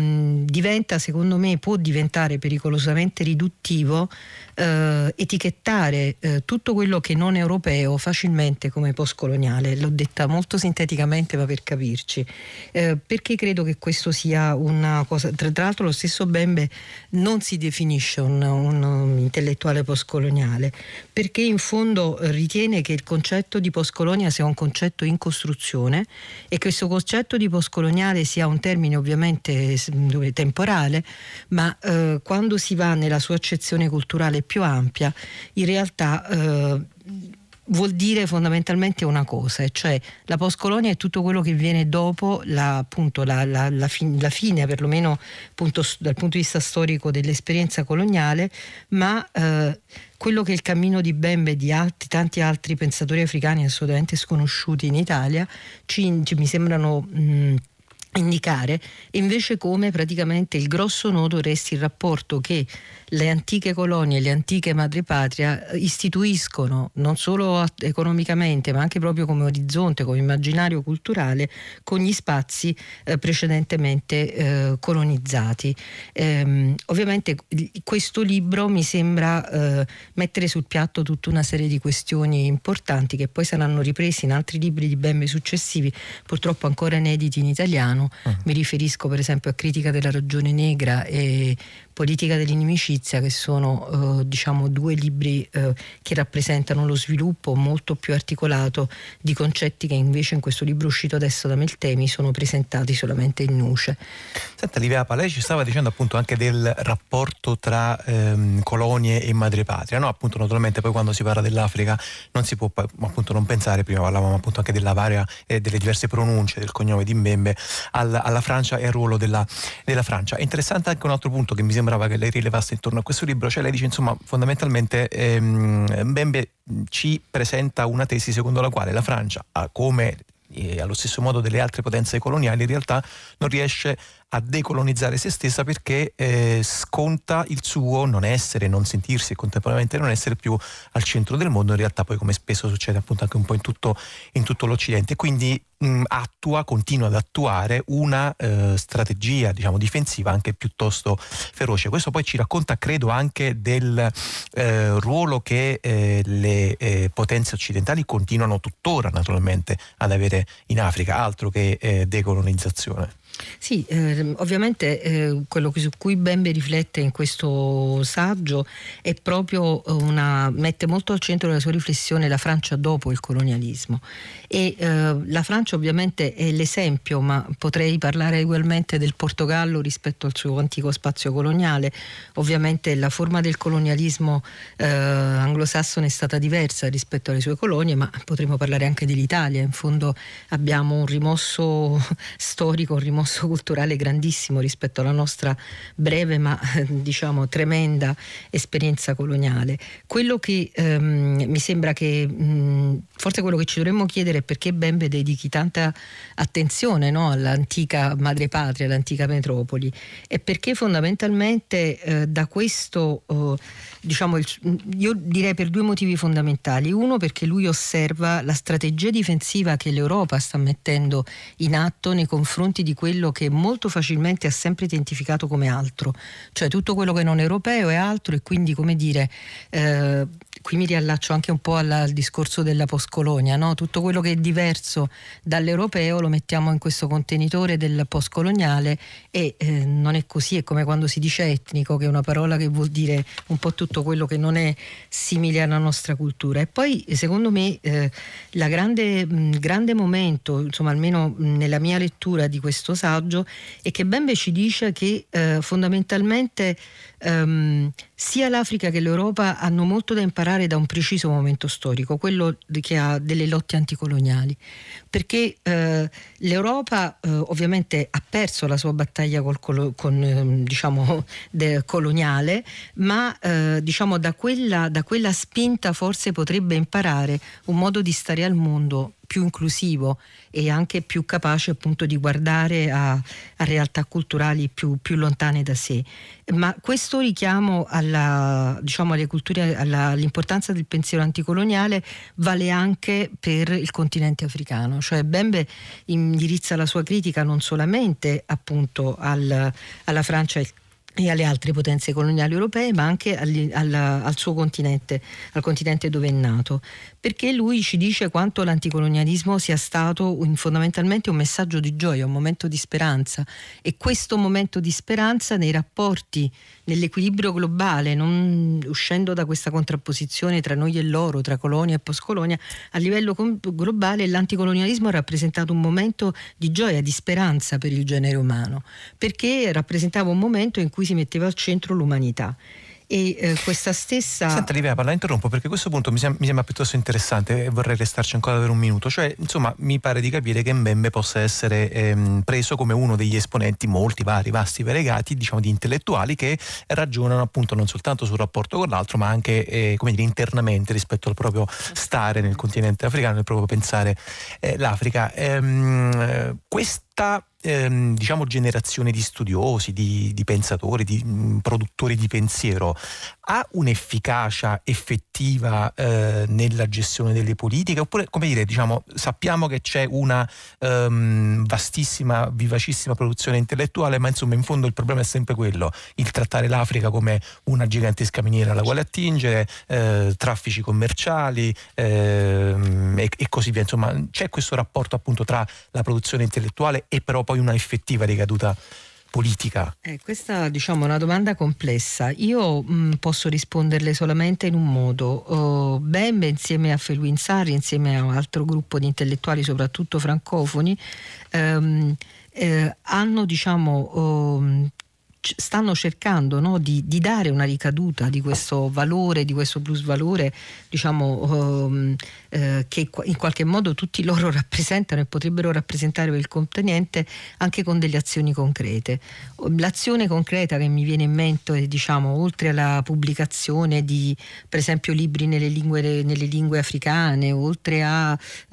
può diventare pericolosamente riduttivo etichettare tutto quello che non è europeo facilmente come postcoloniale. L'ho detta molto sinteticamente, ma per capirci, perché credo che questo sia una cosa. Tra l'altro lo stesso Mbembe non si definisce un intellettuale postcoloniale, perché in fondo ritiene che il concetto di postcolonia sia un concetto in costruzione e che questo concetto di postcoloniale sia un termine ovviamente temporale, ma quando si va nella sua accezione culturale più ampia, in realtà vuol dire fondamentalmente una cosa, e cioè la postcolonia è tutto quello che viene dopo la fine, perlomeno appunto dal punto di vista storico, dell'esperienza coloniale, ma quello che è il cammino di Mbembe e di tanti altri pensatori africani assolutamente sconosciuti in Italia mi sembrano indicare invece come praticamente il grosso nodo resti il rapporto che le antiche colonie, le antiche madrepatria istituiscono non solo economicamente ma anche proprio come orizzonte, come immaginario culturale con gli spazi precedentemente colonizzati. Ovviamente questo libro mi sembra mettere sul piatto tutta una serie di questioni importanti che poi saranno ripresi in altri libri di Mbembe successivi, purtroppo ancora inediti in italiano. Mi riferisco per esempio a Critica della ragione negra e Politica dell'inimicizia, che sono diciamo due libri che rappresentano lo sviluppo molto più articolato di concetti che invece in questo libro uscito adesso da Meltemi sono presentati solamente in nuce. Senta Livia Papa, lei ci stava dicendo appunto anche del rapporto tra colonie e madrepatria, no? Appunto naturalmente poi quando si parla dell'Africa non si può appunto non pensare, prima parlavamo appunto anche delle diverse pronunce del cognome di Mbembe, alla Francia e al ruolo della Francia. È interessante anche un altro punto che mi sembrava che lei rilevasse intorno a questo libro, cioè lei dice insomma fondamentalmente Mbembe ci presenta una tesi secondo la quale la Francia, come allo stesso modo delle altre potenze coloniali, in realtà non riesce a decolonizzare se stessa perché sconta il suo non sentirsi e contemporaneamente non essere più al centro del mondo, in realtà poi come spesso succede appunto anche un po' in tutto l'Occidente, quindi continua ad attuare una strategia diciamo difensiva anche piuttosto feroce. Questo poi ci racconta credo anche del ruolo che le potenze occidentali continuano tuttora naturalmente ad avere in Africa, altro che decolonizzazione. Sì, ovviamente quello su cui Mbembe riflette in questo saggio è proprio mette molto al centro della sua riflessione la Francia dopo il colonialismo, e la Francia ovviamente è l'esempio, ma potrei parlare ugualmente del Portogallo rispetto al suo antico spazio coloniale. Ovviamente la forma del colonialismo anglosassone è stata diversa rispetto alle sue colonie, ma potremmo parlare anche dell'Italia. In fondo abbiamo un rimosso storico, un rimosso culturale grandissimo rispetto alla nostra breve ma diciamo tremenda esperienza coloniale. Quello che mi sembra che forse quello che ci dovremmo chiedere è perché Mbembe dedichi tanta attenzione, no, all'antica madrepatria, all'antica metropoli, e perché fondamentalmente da questo diciamo io direi per due motivi fondamentali. Uno, perché lui osserva la strategia difensiva che l'Europa sta mettendo in atto nei confronti di quello che molto facilmente ha sempre identificato come altro, cioè tutto quello che non è europeo è altro, e quindi come dire qui mi riallaccio anche un po' al discorso della postcolonia, no? Tutto quello che è diverso dall'europeo lo mettiamo in questo contenitore del postcoloniale, e non è così. È come quando si dice etnico, che è una parola che vuol dire un po' tutto quello che non è simile alla nostra cultura. E poi secondo me la grande momento, insomma almeno nella mia lettura di questo saggio, è che Mbembe ci dice che fondamentalmente sia l'Africa che l'Europa hanno molto da imparare da un preciso momento storico, quello che ha delle lotte anticoloniali, perché l'Europa ovviamente ha perso la sua battaglia coloniale, ma diciamo da quella spinta forse potrebbe imparare un modo di stare al mondo più inclusivo e anche più capace appunto di guardare a realtà culturali più lontane da sé. Ma questo richiamo alle culture, all'importanza del pensiero anticoloniale vale anche per il continente africano. Cioè Mbembe indirizza la sua critica non solamente appunto alla Francia e alle altre potenze coloniali europee, ma anche al suo continente, al continente dove è nato, perché lui ci dice quanto l'anticolonialismo sia stato fondamentalmente un messaggio di gioia, un momento di speranza, e questo momento di speranza nei rapporti, nell'equilibrio globale, non uscendo da questa contrapposizione tra noi e loro, tra colonia e postcolonia, a livello globale l'anticolonialismo ha rappresentato un momento di gioia, di speranza per il genere umano, perché rappresentava un momento in cui si metteva al centro l'umanità. E questa stessa... Senta Livia, la interrompo perché questo punto mi sembra piuttosto interessante e vorrei restarci ancora per un minuto. Cioè, insomma, mi pare di capire che Mbembe possa essere preso come uno degli esponenti, molti, vari, vasti, variegati, diciamo, di intellettuali che ragionano appunto non soltanto sul rapporto con l'altro, ma anche come dire, internamente rispetto al proprio stare nel continente africano, nel proprio pensare l'Africa. Questa diciamo generazione di studiosi, di pensatori, di produttori di pensiero ha un'efficacia effettiva nella gestione delle politiche, oppure come dire, diciamo, sappiamo che c'è una vastissima, vivacissima produzione intellettuale, ma insomma in fondo il problema è sempre quello, il trattare l'Africa come una gigantesca miniera alla quale attingere, traffici commerciali e così via. Insomma c'è questo rapporto appunto tra la produzione intellettuale e però poi una effettiva ricaduta politica? Questa diciamo è una domanda complessa. Io posso risponderle solamente in un modo. Bembe insieme a Felwine Sarri, insieme a un altro gruppo di intellettuali soprattutto francofoni, hanno stanno cercando, no, di dare una ricaduta di questo valore, di questo plusvalore, che in qualche modo tutti loro rappresentano e potrebbero rappresentare per il continente, anche con delle azioni concrete. L'azione concreta che mi viene in mente è, oltre alla pubblicazione di, per esempio, libri nelle lingue africane, oltre a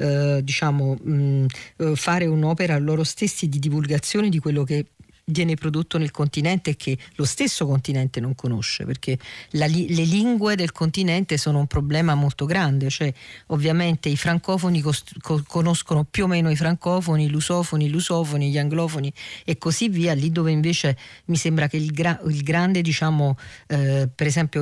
fare un'opera loro stessi di divulgazione di quello che viene prodotto nel continente e che lo stesso continente non conosce, perché le lingue del continente sono un problema molto grande, cioè ovviamente i francofoni conoscono più o meno i francofoni, i lusofoni, gli anglofoni e così via, lì dove invece mi sembra che il grande per esempio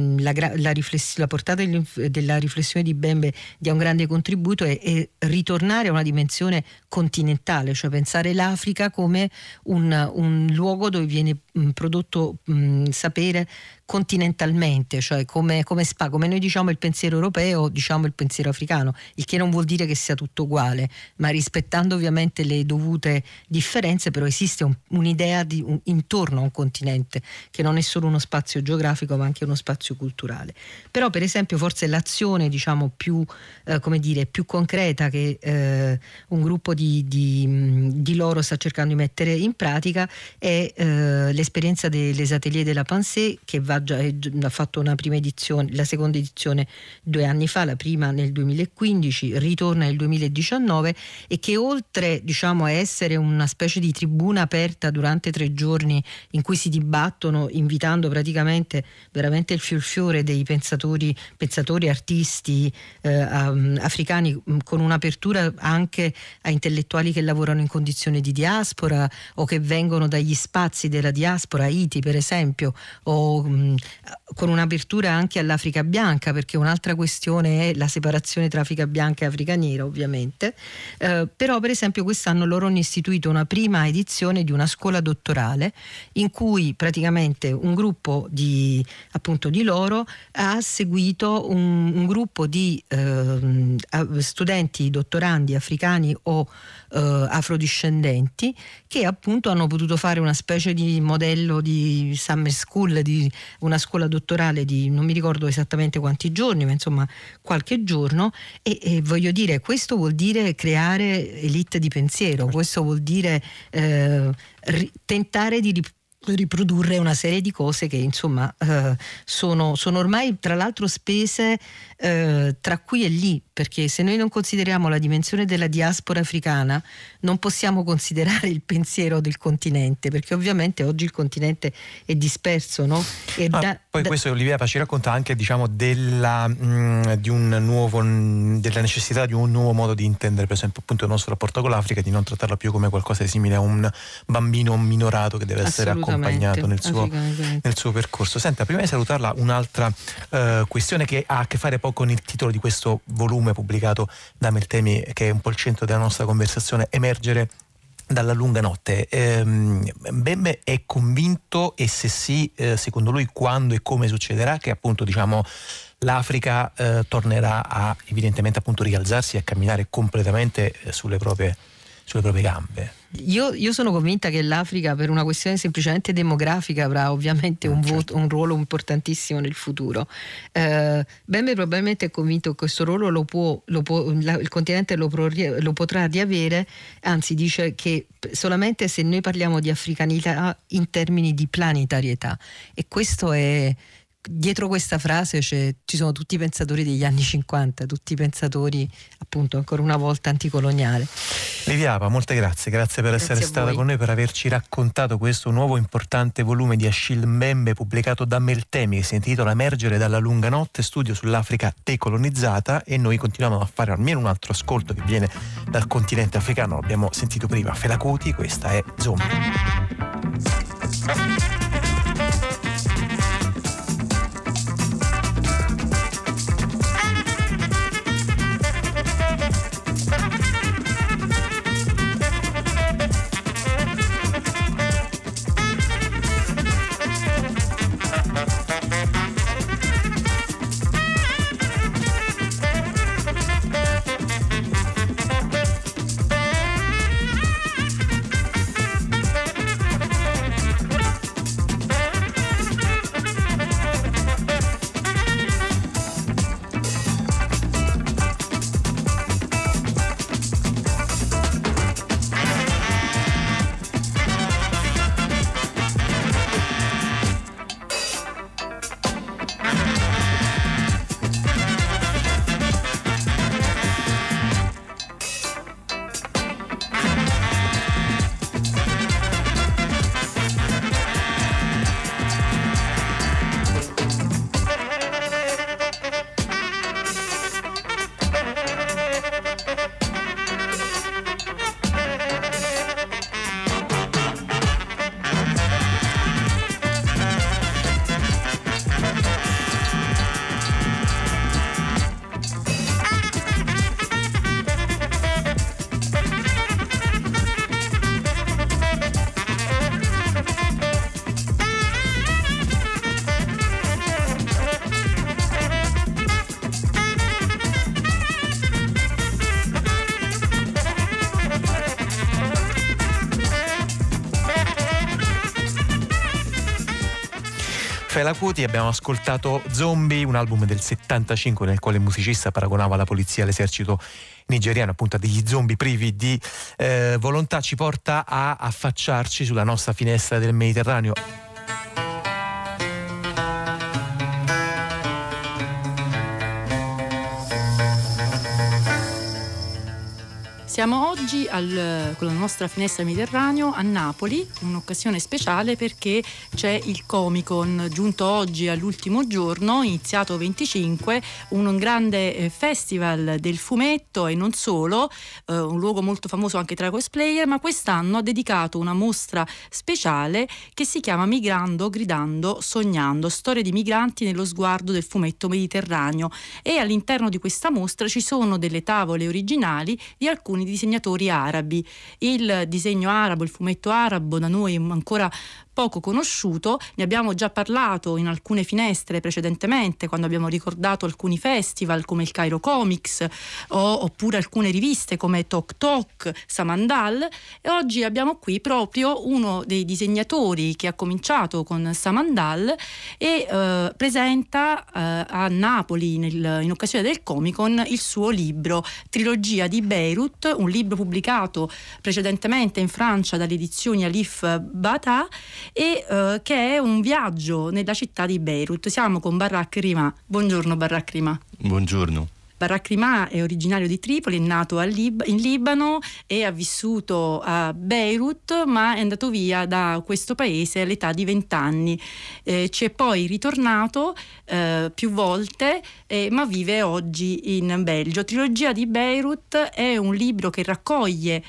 la portata della riflessione di Bembe dia un grande contributo è ritornare a una dimensione continentale, cioè pensare l'Africa come un luogo dove viene prodotto sapere continentalmente, cioè come noi diciamo il pensiero europeo, diciamo il pensiero africano, il che non vuol dire che sia tutto uguale, ma rispettando ovviamente le dovute differenze, però esiste un'idea intorno a un continente che non è solo uno spazio geografico ma anche uno spazio culturale. Però per esempio forse l'azione più concreta che un gruppo di loro sta cercando di mettere in pratica è l'esperienza des Ateliers de la Pensée, che ha fatto una prima edizione, la seconda edizione 2 anni fa, la prima nel 2015, ritorna nel 2019 e che oltre a essere una specie di tribuna aperta durante 3 giorni in cui si dibattono, invitando praticamente veramente il fior dei pensatori, artisti africani, con un'apertura anche a intellettuali che lavorano in condizioni di diaspora o che vengono dagli spazi della diaspora, Haiti per esempio, o con un'apertura anche all'Africa bianca, perché un'altra questione è la separazione tra Africa bianca e Africa nera ovviamente, però per esempio quest'anno loro hanno istituito una prima edizione di una scuola dottorale in cui praticamente un gruppo di loro ha seguito un gruppo di studenti dottorandi africani o afrodiscendenti che appunto hanno potuto fare una specie di modello di summer school, di una scuola dottorale di non mi ricordo esattamente quanti giorni, ma insomma qualche giorno, e voglio dire, questo vuol dire creare elite di pensiero, questo vuol dire tentare di riprodurre una serie di cose che insomma sono ormai tra l'altro spese tra qui e lì, perché se noi non consideriamo la dimensione della diaspora africana non possiamo considerare il pensiero del continente, perché ovviamente oggi il continente è disperso, no? Poi questo Olivia ci racconta anche della necessità di un nuovo modo di intendere per esempio appunto il nostro rapporto con l'Africa, di non trattarlo più come qualcosa di simile a un bambino minorato che deve essere accompagnato nel suo percorso. Senta, prima di salutarla, un'altra questione che ha a che fare poi con il titolo di questo volume pubblicato da Meltemi, che è un po' il centro della nostra conversazione, Emergere dalla lunga notte. Bembe è convinto, e se sì, secondo lui quando e come succederà, che appunto l'Africa tornerà a evidentemente appunto rialzarsi e a camminare completamente sulle proprie gambe? Io sono convinta che l'Africa, per una questione semplicemente demografica, avrà ovviamente un ruolo importantissimo nel futuro. Bembe probabilmente è convinto che questo ruolo il continente lo potrà riavere, anzi dice che solamente se noi parliamo di africanità in termini di planetarietà, e questo è... Dietro questa frase ci sono tutti i pensatori degli anni 50, tutti i pensatori appunto ancora una volta anticoloniale. Liviava, molte grazie per essere stata con noi, per averci raccontato questo nuovo importante volume di Achille Mbembe pubblicato da Meltemi, che si intitola Emergere dalla lunga notte, studio sull'Africa decolonizzata, e noi continuiamo a fare almeno un altro ascolto che viene dal continente africano. L'abbiamo sentito prima, Fela Kuti, questa è Zombie. Fela Kuti abbiamo ascoltato Zombie, un album del 75 nel quale il musicista paragonava la polizia all'esercito nigeriano, appunto a degli zombie privi di volontà. Ci porta a affacciarci sulla nostra finestra del Mediterraneo. Siamo oggi con la nostra finestra Mediterraneo a Napoli, un'occasione speciale perché c'è il Comic-Con, giunto oggi all'ultimo giorno, iniziato 25, un grande festival del fumetto e non solo, un luogo molto famoso anche tra i cosplayer, ma quest'anno ha dedicato una mostra speciale che si chiama Migrando, Gridando, Sognando, storie di migranti nello sguardo del fumetto mediterraneo, e all'interno di questa mostra ci sono delle tavole originali di alcuni disegnatori arabi. Il disegno arabo, il fumetto arabo da noi ancora poco conosciuto, ne abbiamo già parlato in alcune finestre precedentemente quando abbiamo ricordato alcuni festival come il Cairo Comics oppure alcune riviste come Tok Tok, Samandal, e oggi abbiamo qui proprio uno dei disegnatori che ha cominciato con Samandal e presenta a Napoli in occasione del Comic-Con il suo libro Trilogia di Beirut, un libro pubblicato precedentemente in Francia dalle edizioni Alif Bata e che è un viaggio nella città di Beirut. Siamo con Barak Rima. Buongiorno Barak Rima. Buongiorno. Barak Rima è originario di Tripoli, è nato in Libano e ha vissuto a Beirut, ma è andato via da questo paese all'età di 20 anni. Ci è poi ritornato più volte, ma vive oggi in Belgio. Trilogia di Beirut è un libro che raccoglie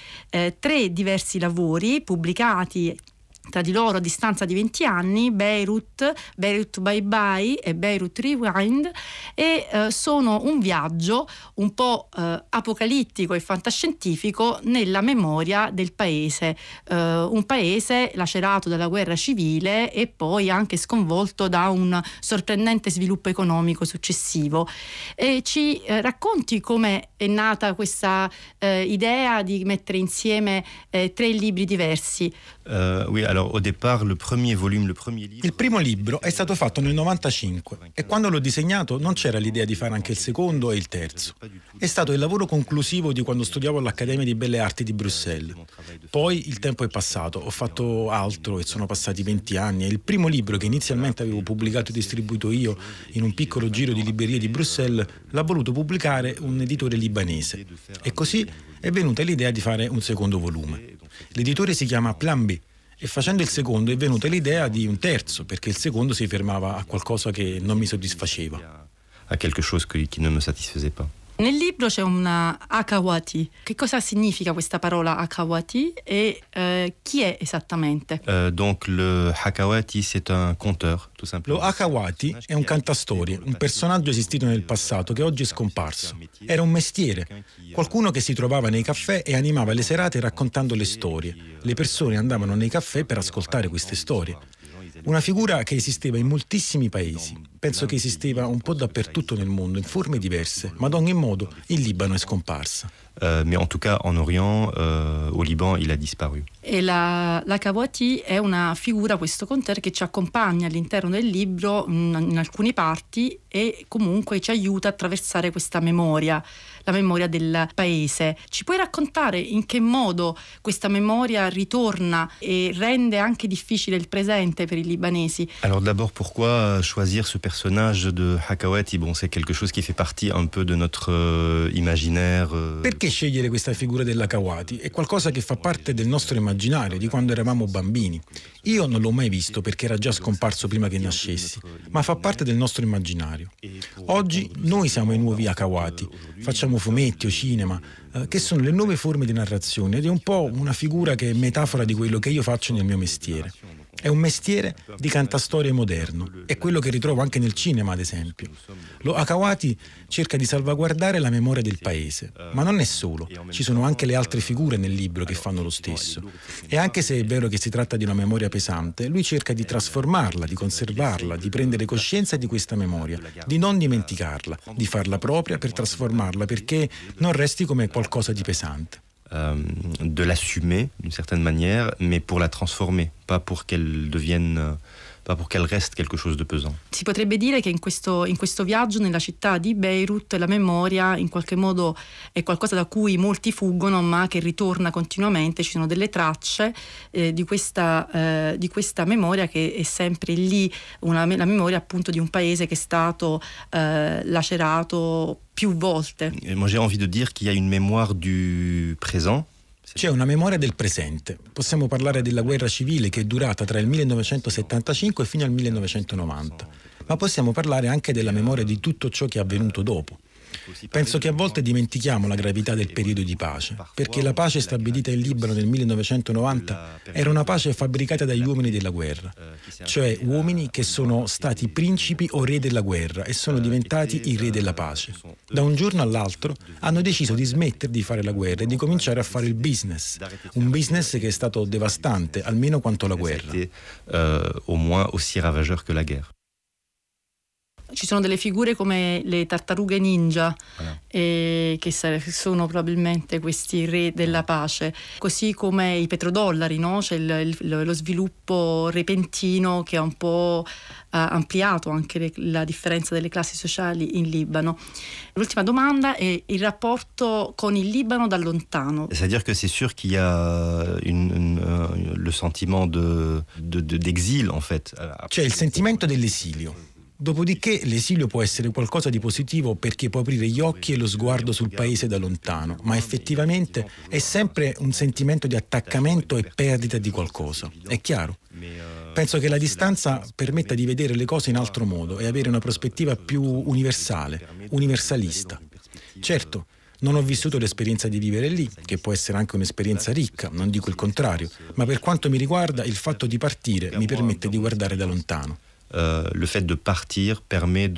3 diversi lavori pubblicati tra di loro a distanza di 20 anni, Beirut Bye Bye e Beirut Rewind, e sono un viaggio un po' apocalittico e fantascientifico nella memoria del paese, un paese lacerato dalla guerra civile e poi anche sconvolto da un sorprendente sviluppo economico successivo. E ci racconti come è nata questa idea di mettere insieme 3 libri diversi? Oui, alors au départ le premier livre. Il primo libro è stato fatto nel 95 e quando l'ho disegnato non c'era l'idea di fare anche il secondo e il terzo. È stato il lavoro conclusivo di quando studiavo all'Accademia di Belle Arti di Bruxelles. Poi il tempo è passato, ho fatto altro e sono passati 20 anni e il primo libro che inizialmente avevo pubblicato e distribuito io in un piccolo giro di librerie di Bruxelles l'ha voluto pubblicare un editore libanese e così è venuta l'idea di fare un secondo volume. L'editore si chiama Plan B e facendo il secondo è venuta l'idea di un terzo perché il secondo si fermava a qualcosa che non mi soddisfaceva. A quelque chose qui ne me satisfaisait pas. Nel libro c'è una Hakawati. Che cosa significa questa parola Hakawati e chi è esattamente? Donc le Hakawati c'est un conteur, tout simplement. Lo Hakawati è un cantastorie, un personaggio esistito nel passato che oggi è scomparso. Era un mestiere, qualcuno che si trovava nei caffè e animava le serate raccontando le storie. Le persone andavano nei caffè per ascoltare queste storie. Una figura che esisteva in moltissimi paesi. Penso che esisteva un po' dappertutto nel mondo, in forme diverse, ma ad ogni modo in Libano è scomparsa. Mais en tout cas en Orient, au Liban, il a disparu. E la Hakawati è una figura, questo conteur, che ci accompagna all'interno del libro in alcune parti e comunque ci aiuta a attraversare questa memoria, la memoria del paese. Ci puoi raccontare in che modo questa memoria ritorna e rende anche difficile il presente per i libanesi? Alors d'abord, pourquoi choisir ce personnage de Hakawati? Bon, c'est quelque chose qui fait partie un peu de notre imaginaire. Perché scegliere questa figura dell'Hakawati? È qualcosa che fa parte del nostro immaginario, di quando eravamo bambini. Io non l'ho mai visto perché era già scomparso prima che nascessi, ma fa parte del nostro immaginario. Oggi noi siamo i nuovi Hakawati, facciamo fumetti o cinema, che sono le nuove forme di narrazione ed è un po' una figura che è metafora di quello che io faccio nel mio mestiere. È un mestiere di cantastorie moderno, è quello che ritrovo anche nel cinema ad esempio. Lo Hakawati cerca di salvaguardare la memoria del paese, ma non è solo, ci sono anche le altre figure nel libro che fanno lo stesso. E anche se è vero che si tratta di una memoria pesante, lui cerca di trasformarla, di conservarla, di prendere coscienza di questa memoria, di non dimenticarla, di farla propria per trasformarla perché non resti come qualcosa di pesante. De l'assumer d'une certaine manière, mais pour la transformer, pas pour qu'elle devienne pas pour qu'elle reste quelque chose de pesant. Si potrebbe dire che in questo viaggio nella città di Beirut la memoria in qualche modo è qualcosa da cui molti fuggono, ma che ritorna continuamente. Ci sono delle tracce di questa memoria che è sempre lì, la memoria appunto di un paese che è stato lacerato più volte. Moi j'ai envie de dire qu'il y a une mémoire du présent. C'è una memoria del presente. Possiamo parlare della guerra civile che è durata tra il 1975 fino al 1990, ma possiamo parlare anche della memoria di tutto ciò che è avvenuto dopo. Penso che a volte dimentichiamo la gravità del periodo di pace, perché la pace stabilita in Libano nel 1990 era una pace fabbricata dagli uomini della guerra, cioè uomini che sono stati principi o re della guerra e sono diventati i re della pace. Da un giorno all'altro hanno deciso di smettere di fare la guerra e di cominciare a fare il business, un business che è stato devastante, almeno quanto la guerra. Au moins aussi ravageur que la guerre. Ci sono delle figure come le tartarughe ninja, che sono probabilmente questi re della pace, così come i petrodollari, no? C'è lo sviluppo repentino che ha un po' ampliato anche la differenza delle classi sociali in Libano. L'ultima domanda è il rapporto con il Libano da lontano. C'est-à-dire que c'est sûr qu'il y a le sentiment d'exil en fait. C'è il sentimento dell'esilio. Dopodiché l'esilio può essere qualcosa di positivo perché può aprire gli occhi e lo sguardo sul paese da lontano, ma effettivamente è sempre un sentimento di attaccamento e perdita di qualcosa. È chiaro? Penso che la distanza permetta di vedere le cose in altro modo e avere una prospettiva più universale, universalista. Certo, non ho vissuto l'esperienza di vivere lì, che può essere anche un'esperienza ricca, non dico il contrario, ma per quanto mi riguarda il fatto di partire mi permette di guardare da lontano. Le fait de partir permet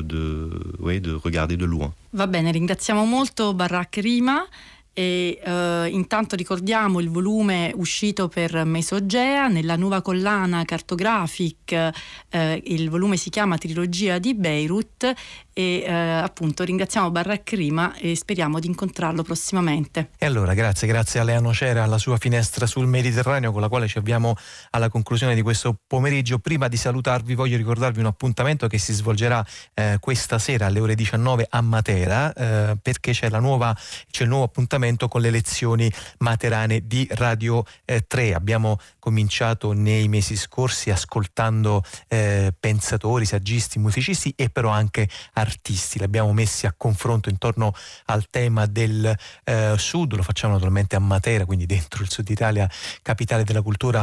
de regarder de loin. Va bene, ringraziamo molto Barak Rima e intanto ricordiamo il volume uscito per Mesogea nella nuova collana Cartographic, il volume si chiama Trilogia di Beirut e appunto ringraziamo Barak Rima e speriamo di incontrarlo prossimamente. E allora grazie a Lea Nocera, alla sua finestra sul Mediterraneo con la quale ci avviamo alla conclusione di questo pomeriggio. Prima di salutarvi voglio ricordarvi un appuntamento che si svolgerà questa sera alle ore 19 a Matera, perché c'è il nuovo appuntamento con le lezioni materane di Radio 3. Abbiamo cominciato nei mesi scorsi ascoltando pensatori, saggisti, musicisti e però anche artisti. Li abbiamo messi a confronto intorno al tema del Sud, lo facciamo naturalmente a Matera, quindi dentro il Sud Italia, capitale della cultura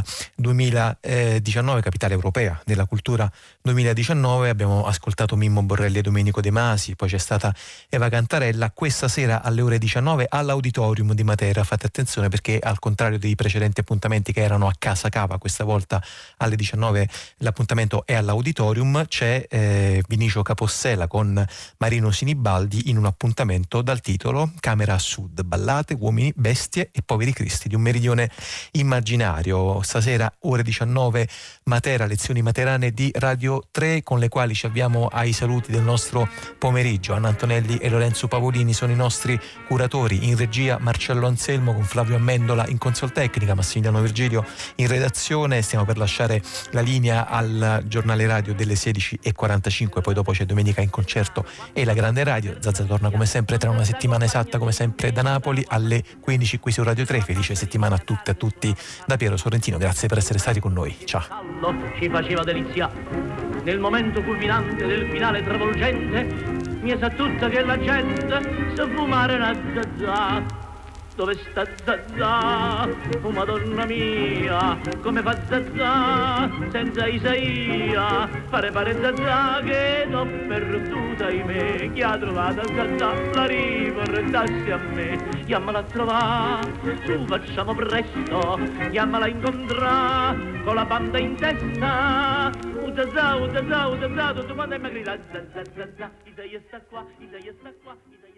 2019, capitale europea della cultura 2019. Abbiamo ascoltato Mimmo Borrelli e Domenico De Masi, poi c'è stata Eva Cantarella. Questa sera alle ore 19 all'Auditorium di Matera, fate attenzione perché al contrario dei precedenti appuntamenti che erano a Casa Cava, questa volta alle 19 l'appuntamento è all'Auditorium. C'è Vinicio Capossela con Marino Sinibaldi in un appuntamento dal titolo Camera a Sud, ballate, uomini, bestie e poveri cristi di un meridione immaginario. Stasera ore 19 Matera, lezioni materane di Radio 3 con le quali ci avviamo ai saluti del nostro pomeriggio. Anna Antonelli e Lorenzo Pavolini sono i nostri curatori, in regia Marcello Anselmo con Flavio Amendola in console tecnica, Massimiliano Virgilio in redazione. Stiamo per lasciare la linea al giornale radio delle 16:45, poi dopo c'è Domenica in concerto e la grande radio. Zazza torna come sempre tra una settimana esatta, come sempre da Napoli alle 15 qui su Radio 3. Felice settimana a tutte e a tutti da Piero Sorrentino, grazie per essere stati con noi, ciao. Ci faceva delizia nel momento culminante del finale travolgente, mi sa tutta che la gente sa fumare una zazza. Dove sta Zazà? Oh Madonna mia, come fa Zazà senza Isaia? Pare Zazà che l'ho perduta in me. Chi ha trovato Zazà la riportassi a me. Chiamala a trovare, su facciamo presto, chiamala a incontrare con la banda in testa. Zazà, Zazà, Zazà, tutto quanto mi grida Zazà, Zazà, Isaia sta qua, Isaia sta qua, Isaia.